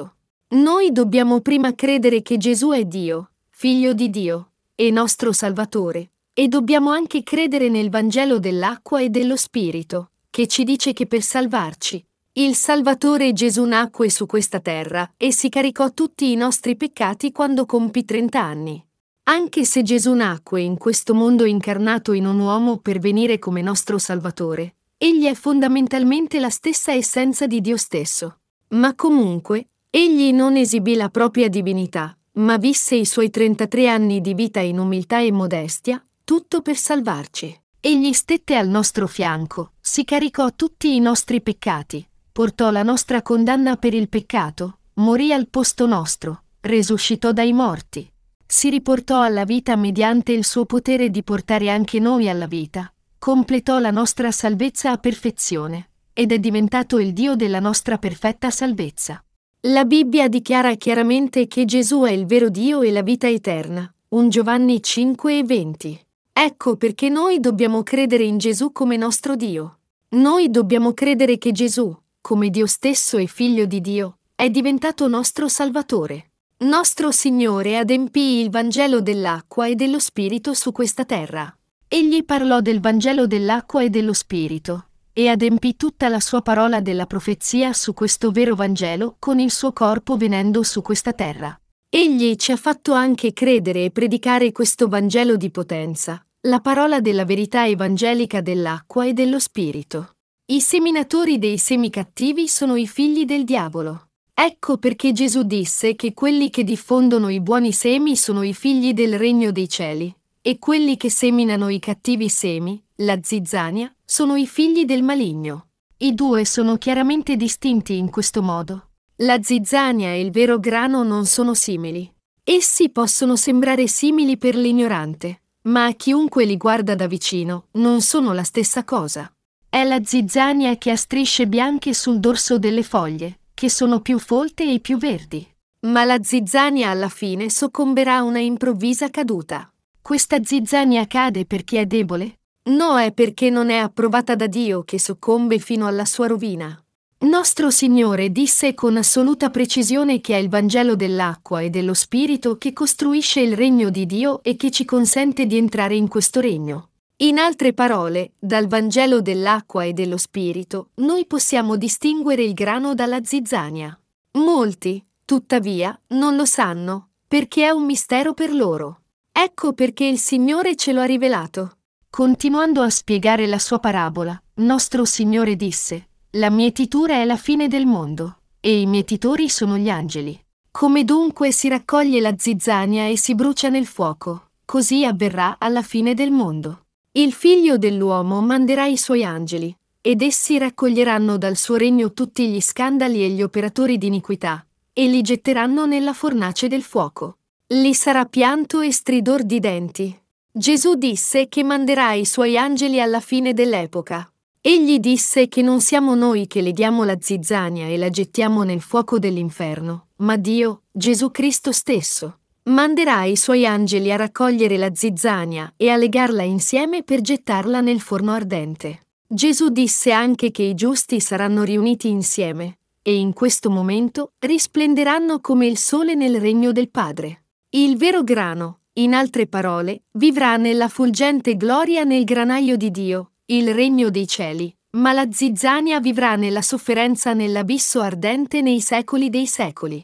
Noi dobbiamo prima credere che Gesù è Dio, Figlio di Dio, e nostro Salvatore, e dobbiamo anche credere nel Vangelo dell'acqua e dello Spirito, che ci dice che per salvarci, il Salvatore Gesù nacque su questa terra e si caricò tutti i nostri peccati quando compì trenta anni. Anche se Gesù nacque in questo mondo incarnato in un uomo per venire come nostro Salvatore, egli è fondamentalmente la stessa essenza di Dio stesso. Ma comunque, egli non esibì la propria divinità, ma visse i suoi trentatré anni di vita in umiltà e modestia, tutto per salvarci. Egli stette al nostro fianco, si caricò tutti i nostri peccati, portò la nostra condanna per il peccato, morì al posto nostro, resuscitò dai morti, si riportò alla vita mediante il suo potere di portare anche noi alla vita, completò la nostra salvezza a perfezione, ed è diventato il Dio della nostra perfetta salvezza. La Bibbia dichiara chiaramente che Gesù è il vero Dio e la vita eterna, primo Giovanni cinque e venti. Ecco perché noi dobbiamo credere in Gesù come nostro Dio. Noi dobbiamo credere che Gesù, come Dio stesso e Figlio di Dio, è diventato nostro Salvatore. Nostro Signore adempì il Vangelo dell'acqua e dello Spirito su questa terra. Egli parlò del Vangelo dell'acqua e dello Spirito, e adempì tutta la sua parola della profezia su questo vero Vangelo con il suo corpo venendo su questa terra. Egli ci ha fatto anche credere e predicare questo Vangelo di potenza, la parola della verità evangelica dell'acqua e dello Spirito. I seminatori dei semi cattivi sono i figli del diavolo. Ecco perché Gesù disse che quelli che diffondono i buoni semi sono i figli del regno dei cieli, e quelli che seminano i cattivi semi, la zizzania, sono i figli del maligno. I due sono chiaramente distinti in questo modo. La zizzania e il vero grano non sono simili. Essi possono sembrare simili per l'ignorante, ma a chiunque li guarda da vicino, non sono la stessa cosa. È la zizzania che ha strisce bianche sul dorso delle foglie, che sono più folte e più verdi. Ma la zizzania alla fine soccomberà a una improvvisa caduta. Questa zizzania cade perché è debole? No, è perché non è approvata da Dio che soccombe fino alla sua rovina. Nostro Signore disse con assoluta precisione che è il Vangelo dell'acqua e dello Spirito che costruisce il regno di Dio e che ci consente di entrare in questo regno. In altre parole, dal Vangelo dell'acqua e dello Spirito, noi possiamo distinguere il grano dalla zizzania. Molti, tuttavia, non lo sanno, perché è un mistero per loro. Ecco perché il Signore ce lo ha rivelato. Continuando a spiegare la sua parabola, nostro Signore disse: «La mietitura è la fine del mondo, e i mietitori sono gli angeli. Come dunque si raccoglie la zizzania e si brucia nel fuoco, così avverrà alla fine del mondo. Il Figlio dell'uomo manderà i suoi angeli, ed essi raccoglieranno dal suo regno tutti gli scandali e gli operatori di iniquità, e li getteranno nella fornace del fuoco. Lì sarà pianto e stridor di denti». Gesù disse che manderà i suoi angeli alla fine dell'epoca. Egli disse che non siamo noi che leghiamo la zizzania e la gettiamo nel fuoco dell'inferno, ma Dio, Gesù Cristo stesso. Manderà i suoi angeli a raccogliere la zizzania e a legarla insieme per gettarla nel forno ardente. Gesù disse anche che i giusti saranno riuniti insieme, e in questo momento risplenderanno come il sole nel regno del Padre. Il vero grano, in altre parole, vivrà nella fulgente gloria nel granaio di Dio, il regno dei cieli, ma la zizzania vivrà nella sofferenza nell'abisso ardente nei secoli dei secoli.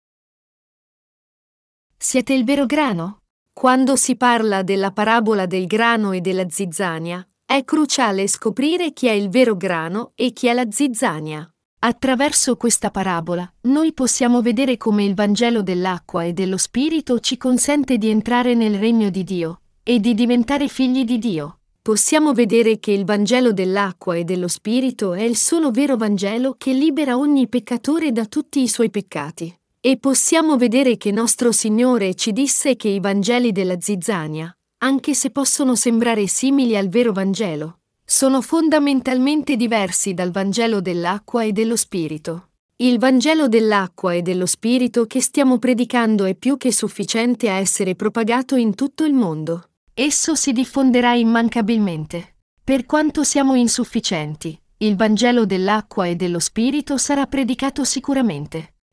Siete il vero grano? Quando si parla della parabola del grano e della zizzania, è cruciale scoprire chi è il vero grano e chi è la zizzania. Attraverso questa parabola, noi possiamo vedere come il Vangelo dell'acqua e dello Spirito ci consente di entrare nel regno di Dio e di diventare figli di Dio. Possiamo vedere che il Vangelo dell'acqua e dello Spirito è il solo vero Vangelo che libera ogni peccatore da tutti i suoi peccati. E possiamo vedere che nostro Signore ci disse che i Vangeli della zizzania, anche se possono sembrare simili al vero Vangelo, sono fondamentalmente diversi dal Vangelo dell'acqua e dello Spirito. Il Vangelo dell'acqua e dello Spirito che stiamo predicando è più che sufficiente a essere propagato in tutto il mondo. Esso si diffonderà immancabilmente. Per quanto siamo insufficienti, il Vangelo dell'acqua e dello Spirito sarà predicato sicuramente.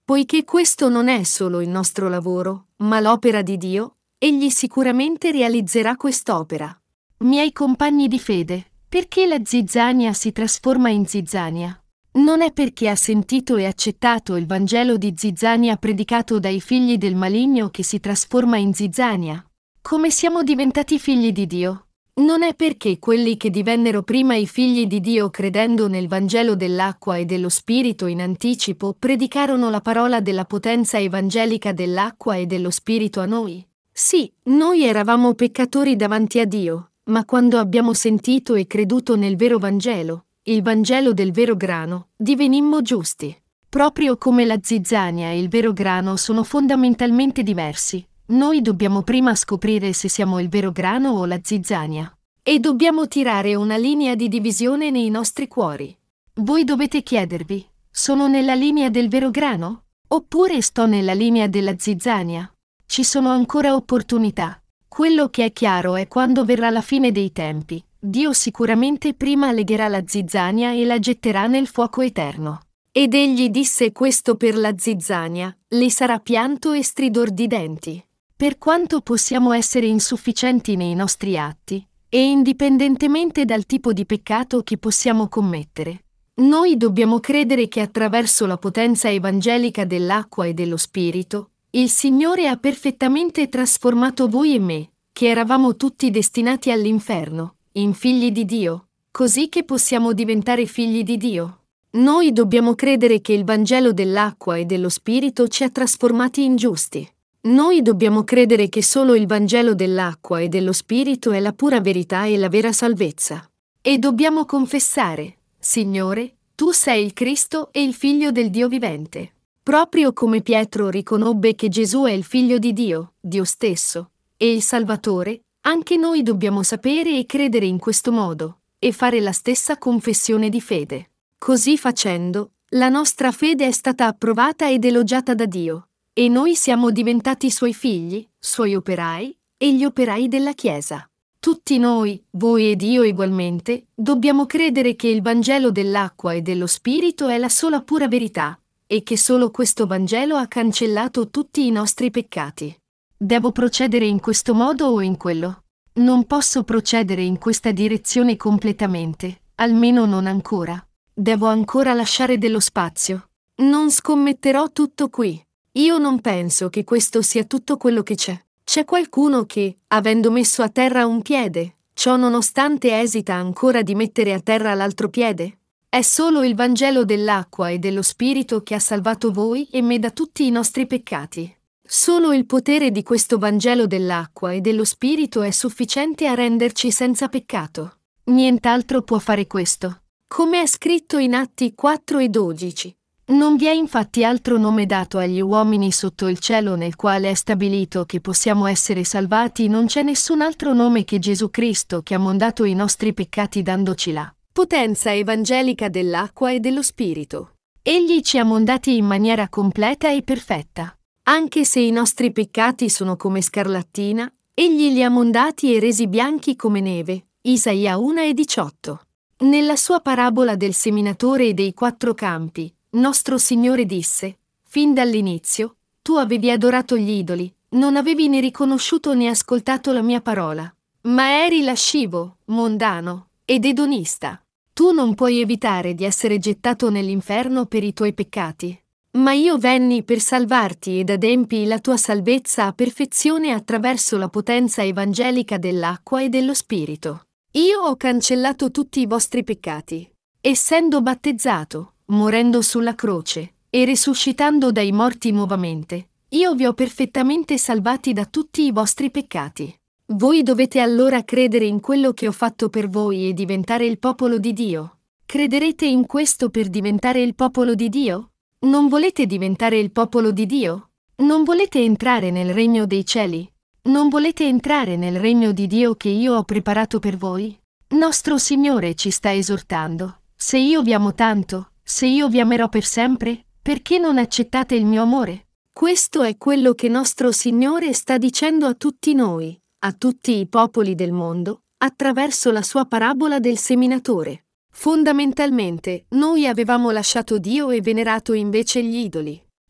Poiché questo non è solo il nostro lavoro, ma l'opera di Dio, Egli sicuramente realizzerà quest'opera. Miei compagni di fede, perché la zizzania si trasforma in zizzania? Non è perché ha sentito e accettato il Vangelo di zizzania predicato dai figli del maligno che si trasforma in zizzania. Come siamo diventati figli di Dio? Non è perché quelli che divennero prima i figli di Dio credendo nel Vangelo dell'acqua e dello Spirito in anticipo predicarono la parola della potenza evangelica dell'acqua e dello Spirito a noi. Sì, noi eravamo peccatori davanti a Dio, ma quando abbiamo sentito e creduto nel vero Vangelo, il Vangelo del vero grano, divenimmo giusti. Proprio come la zizzania e il vero grano sono fondamentalmente diversi. Noi dobbiamo prima scoprire se siamo il vero grano o la zizzania. E dobbiamo tirare una linea di divisione nei nostri cuori. Voi dovete chiedervi, sono nella linea del vero grano? Oppure sto nella linea della zizzania? Ci sono ancora opportunità. Quello che è chiaro è quando verrà la fine dei tempi, Dio sicuramente prima legherà la zizzania e la getterà nel fuoco eterno. Ed egli disse questo per la zizzania, le sarà pianto e stridor di denti. Per quanto possiamo essere insufficienti nei nostri atti, e indipendentemente dal tipo di peccato che possiamo commettere, noi dobbiamo credere che attraverso la potenza evangelica dell'acqua e dello Spirito, il Signore ha perfettamente trasformato voi e me, che eravamo tutti destinati all'inferno, in figli di Dio, così che possiamo diventare figli di Dio. Noi dobbiamo credere che il Vangelo dell'acqua e dello Spirito ci ha trasformati in giusti. Noi dobbiamo credere che solo il Vangelo dell'acqua e dello Spirito è la pura verità e la vera salvezza. E dobbiamo confessare, Signore, Tu sei il Cristo e il Figlio del Dio vivente. Proprio come Pietro riconobbe che Gesù è il Figlio di Dio, Dio stesso, e il Salvatore, anche noi dobbiamo sapere e credere in questo modo, e fare la stessa confessione di fede. Così facendo, la nostra fede è stata approvata ed elogiata da Dio. E noi siamo diventati Suoi figli, Suoi operai, e gli operai della Chiesa. Tutti noi, voi ed io ugualmente, dobbiamo credere che il Vangelo dell'acqua e dello Spirito è la sola pura verità, e che solo questo Vangelo ha cancellato tutti i nostri peccati. Devo procedere in questo modo o in quello? Non posso procedere in questa direzione completamente, almeno non ancora. Devo ancora lasciare dello spazio. Non scommetterò tutto qui. Io non penso che questo sia tutto quello che c'è. C'è qualcuno che, avendo messo a terra un piede, ciò nonostante esita ancora di mettere a terra l'altro piede? È solo il Vangelo dell'acqua e dello Spirito che ha salvato voi e me da tutti i nostri peccati. Solo il potere di questo Vangelo dell'acqua e dello Spirito è sufficiente a renderci senza peccato. Nient'altro può fare questo. Come è scritto in Atti quattro e dodici. Non vi è infatti altro nome dato agli uomini sotto il cielo nel quale è stabilito che possiamo essere salvati, non c'è nessun altro nome che Gesù Cristo che ha mondato i nostri peccati dandoci la potenza evangelica dell'acqua e dello Spirito. Egli ci ha mondati in maniera completa e perfetta. Anche se i nostri peccati sono come scarlattina, egli li ha mondati e resi bianchi come neve. Isaia uno e diciotto. Nella sua parabola del seminatore e dei quattro campi, nostro Signore disse, fin dall'inizio, tu avevi adorato gli idoli, non avevi né riconosciuto né ascoltato la mia parola, ma eri lascivo, mondano ed edonista. Tu non puoi evitare di essere gettato nell'inferno per i tuoi peccati. Ma io venni per salvarti ed adempii la tua salvezza a perfezione attraverso la potenza evangelica dell'acqua e dello Spirito. Io ho cancellato tutti i vostri peccati. Essendo battezzato, morendo sulla croce, e risuscitando dai morti nuovamente, io vi ho perfettamente salvati da tutti i vostri peccati. Voi dovete allora credere in quello che ho fatto per voi e diventare il popolo di Dio. Crederete in questo per diventare il popolo di Dio? Non volete diventare il popolo di Dio? Non volete entrare nel regno dei cieli? Non volete entrare nel regno di Dio che io ho preparato per voi? Nostro Signore ci sta esortando. Se io vi amo tanto, se io vi amerò per sempre, perché non accettate il mio amore? Questo è quello che nostro Signore sta dicendo a tutti noi, a tutti i popoli del mondo, attraverso la sua parabola del seminatore. Fondamentalmente, noi avevamo lasciato Dio e venerato invece gli idoli.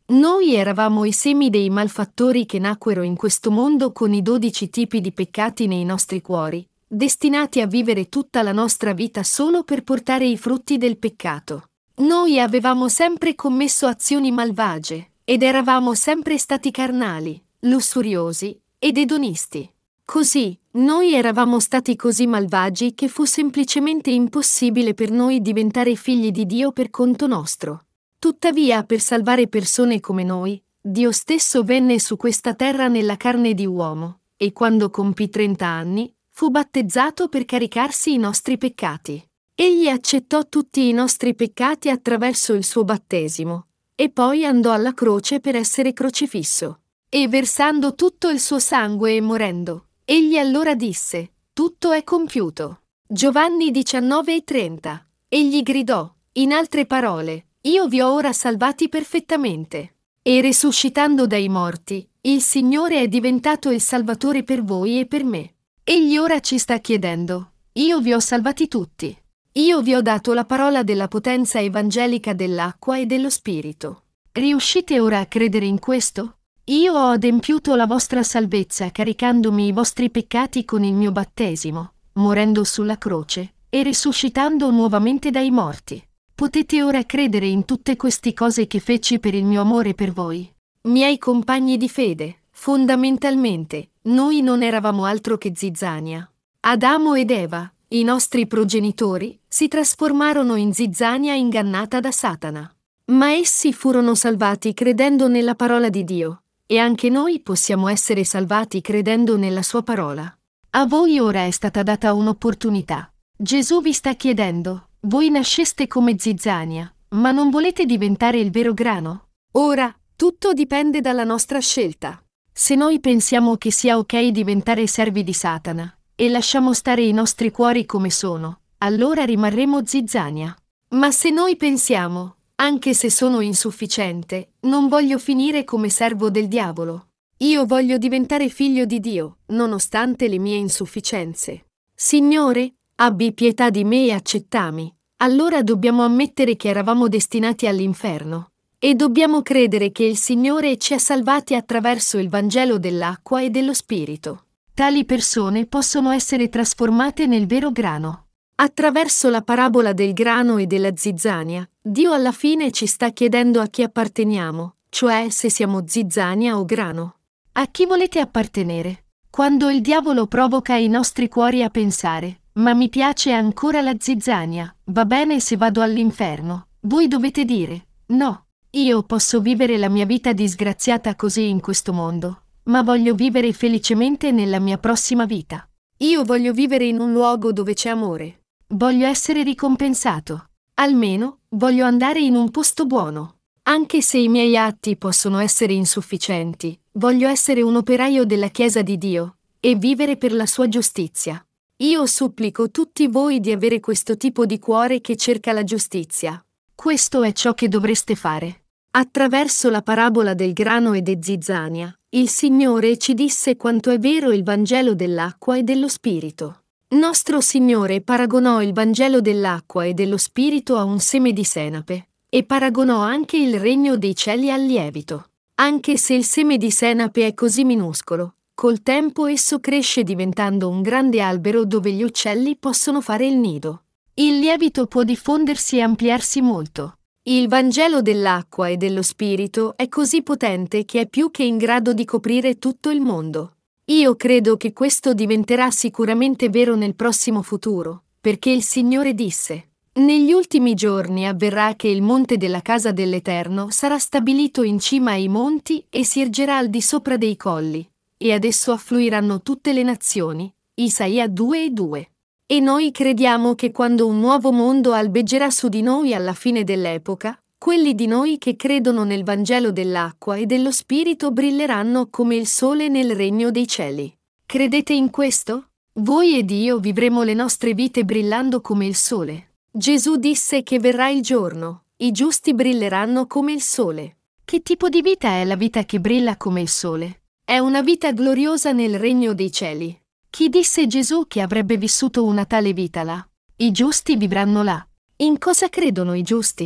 Noi eravamo i semi dei malfattori che nacquero in questo mondo con i dodici tipi di peccati nei nostri cuori, destinati a vivere tutta la nostra vita solo per portare i frutti del peccato. Noi avevamo sempre commesso azioni malvagie, ed eravamo sempre stati carnali, lussuriosi ed edonisti. Così, noi eravamo stati così malvagi che fu semplicemente impossibile per noi diventare figli di Dio per conto nostro. Tuttavia, per salvare persone come noi, Dio stesso venne su questa terra nella carne di uomo, e quando compì trenta anni, fu battezzato per caricarsi i nostri peccati. Egli accettò tutti i nostri peccati attraverso il suo battesimo, e poi andò alla croce per essere crocifisso. E versando tutto il suo sangue e morendo, egli allora disse: tutto è compiuto. Giovanni diciannove e trenta. Egli gridò, in altre parole: io vi ho ora salvati perfettamente. E risuscitando dai morti, il Signore è diventato il Salvatore per voi e per me. Egli ora ci sta chiedendo: io vi ho salvati tutti. Io vi ho dato la parola della potenza evangelica dell'acqua e dello Spirito. Riuscite ora a credere in questo? Io ho adempiuto la vostra salvezza caricandomi i vostri peccati con il mio battesimo, morendo sulla croce e risuscitando nuovamente dai morti. Potete ora credere in tutte queste cose che feci per il mio amore per voi. Miei compagni di fede, fondamentalmente, noi non eravamo altro che zizzania. Adamo ed Eva, i nostri progenitori, si trasformarono in zizzania ingannata da Satana. Ma essi furono salvati credendo nella parola di Dio, e anche noi possiamo essere salvati credendo nella sua parola. A voi ora è stata data un'opportunità. Gesù vi sta chiedendo: voi nasceste come zizzania, ma non volete diventare il vero grano? Ora, tutto dipende dalla nostra scelta. Se noi pensiamo che sia ok diventare servi di Satana, e lasciamo stare i nostri cuori come sono, allora rimarremo zizzania. Ma se noi pensiamo: anche se sono insufficiente, non voglio finire come servo del diavolo. Io voglio diventare figlio di Dio, nonostante le mie insufficienze. Signore, abbi pietà di me e accettami. Allora dobbiamo ammettere che eravamo destinati all'inferno. E dobbiamo credere che il Signore ci ha salvati attraverso il Vangelo dell'acqua e dello Spirito. Tali persone possono essere trasformate nel vero grano. Attraverso la parabola del grano e della zizzania, Dio alla fine ci sta chiedendo a chi apparteniamo, cioè se siamo zizzania o grano. A chi volete appartenere? Quando il diavolo provoca i nostri cuori a pensare: ma mi piace ancora la zizzania, va bene se vado all'inferno, voi dovete dire: no, io posso vivere la mia vita disgraziata così in questo mondo, ma voglio vivere felicemente nella mia prossima vita. Io voglio vivere in un luogo dove c'è amore. Voglio essere ricompensato. Almeno, voglio andare in un posto buono. Anche se i miei atti possono essere insufficienti, voglio essere un operaio della Chiesa di Dio e vivere per la sua giustizia. Io supplico tutti voi di avere questo tipo di cuore che cerca la giustizia. Questo è ciò che dovreste fare. Attraverso la parabola del grano e de zizzania, il Signore ci disse quanto è vero il Vangelo dell'acqua e dello Spirito. Nostro Signore paragonò il Vangelo dell'acqua e dello Spirito a un seme di senape, e paragonò anche il regno dei cieli al lievito. Anche se il seme di senape è così minuscolo, col tempo esso cresce diventando un grande albero dove gli uccelli possono fare il nido. Il lievito può diffondersi e ampliarsi molto. Il Vangelo dell'acqua e dello Spirito è così potente che è più che in grado di coprire tutto il mondo. Io credo che questo diventerà sicuramente vero nel prossimo futuro, perché il Signore disse: negli ultimi giorni avverrà che il monte della casa dell'Eterno sarà stabilito in cima ai monti e si ergerà al di sopra dei colli, e ad esso affluiranno tutte le nazioni. Isaia due e due. E noi crediamo che quando un nuovo mondo albeggerà su di noi alla fine dell'epoca, quelli di noi che credono nel Vangelo dell'acqua e dello Spirito brilleranno come il sole nel regno dei cieli. Credete in questo? Voi ed io vivremo le nostre vite brillando come il sole. Gesù disse che verrà il giorno, i giusti brilleranno come il sole. Che tipo di vita è la vita che brilla come il sole? È una vita gloriosa nel regno dei cieli. Chi disse Gesù che avrebbe vissuto una tale vita là? I giusti vivranno là. In cosa credono i giusti?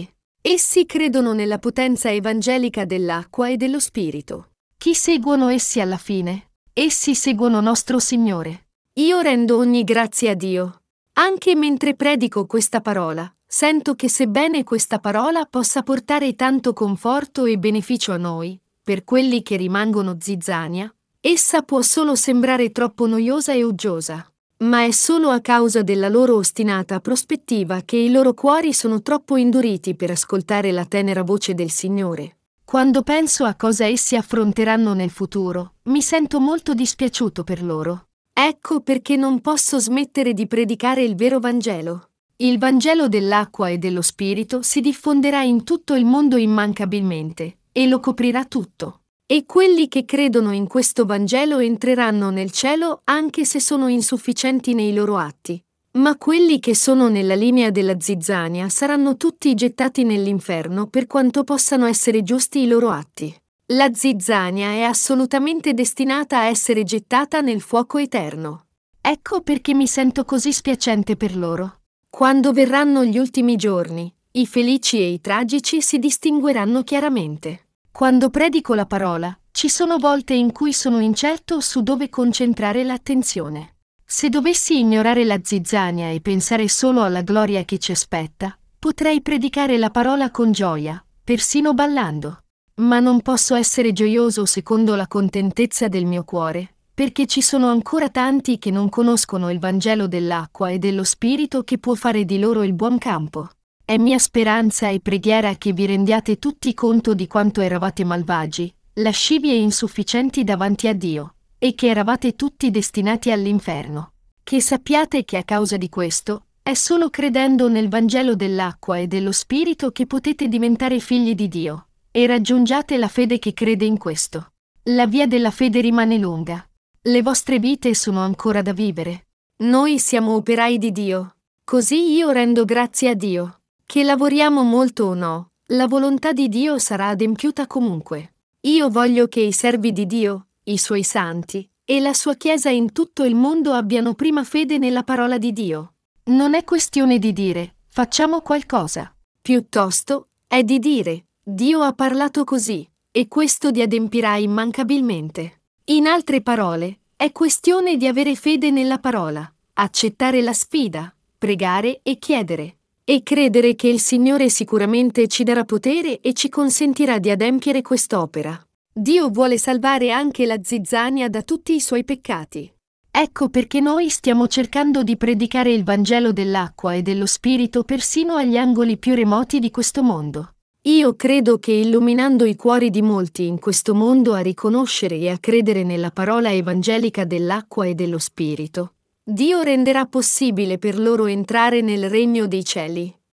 Essi credono nella potenza evangelica dell'acqua e dello Spirito. Chi seguono essi alla fine? Essi seguono nostro Signore. Io rendo ogni grazia a Dio. Anche mentre predico questa parola, sento che sebbene questa parola possa portare tanto conforto e beneficio a noi, per quelli che rimangono zizzania, essa può solo sembrare troppo noiosa e uggiosa. Ma è solo a causa della loro ostinata prospettiva che i loro cuori sono troppo induriti per ascoltare la tenera voce del Signore. Quando penso a cosa essi affronteranno nel futuro, mi sento molto dispiaciuto per loro. Ecco perché non posso smettere di predicare il vero Vangelo. Il Vangelo dell'acqua e dello Spirito si diffonderà in tutto il mondo immancabilmente, e lo coprirà tutto. E quelli che credono in questo Vangelo entreranno nel cielo anche se sono insufficienti nei loro atti. Ma quelli che sono nella linea della zizzania saranno tutti gettati nell'inferno per quanto possano essere giusti i loro atti. La zizzania è assolutamente destinata a essere gettata nel fuoco eterno. Ecco perché mi sento così spiacente per loro. Quando verranno gli ultimi giorni, i felici e i tragici si distingueranno chiaramente. Quando predico la parola, ci sono volte in cui sono incerto su dove concentrare l'attenzione. Se dovessi ignorare la zizzania e pensare solo alla gloria che ci aspetta, potrei predicare la parola con gioia, persino ballando. Ma non posso essere gioioso secondo la contentezza del mio cuore, perché ci sono ancora tanti che non conoscono il Vangelo dell'acqua e dello Spirito che può fare di loro il buon campo. È mia speranza e preghiera che vi rendiate tutti conto di quanto eravate malvagi, lascivi e insufficienti davanti a Dio, e che eravate tutti destinati all'inferno. Che sappiate che a causa di questo, è solo credendo nel Vangelo dell'acqua e dello Spirito che potete diventare figli di Dio, e raggiungiate la fede che crede in questo. La via della fede rimane lunga. Le vostre vite sono ancora da vivere. Noi siamo operai di Dio. Così io rendo grazie a Dio. Che lavoriamo molto o no, la volontà di Dio sarà adempiuta comunque. Io voglio che i servi di Dio, i suoi santi, e la sua Chiesa in tutto il mondo abbiano prima fede nella parola di Dio. Non è questione di dire, facciamo qualcosa. Piuttosto, è di dire, Dio ha parlato così, e questo di adempirà immancabilmente. In altre parole, è questione di avere fede nella parola, accettare la sfida, pregare e chiedere. E credere che il Signore sicuramente ci darà potere e ci consentirà di adempiere quest'opera. Dio vuole salvare anche la zizzania da tutti i suoi peccati. Ecco perché noi stiamo cercando di predicare il Vangelo dell'acqua e dello Spirito persino agli angoli più remoti di questo mondo. Io credo che illuminando i cuori di molti in questo mondo a riconoscere e a credere nella parola evangelica dell'acqua e dello Spirito, Dio renderà possibile per loro entrare nel regno dei cieli.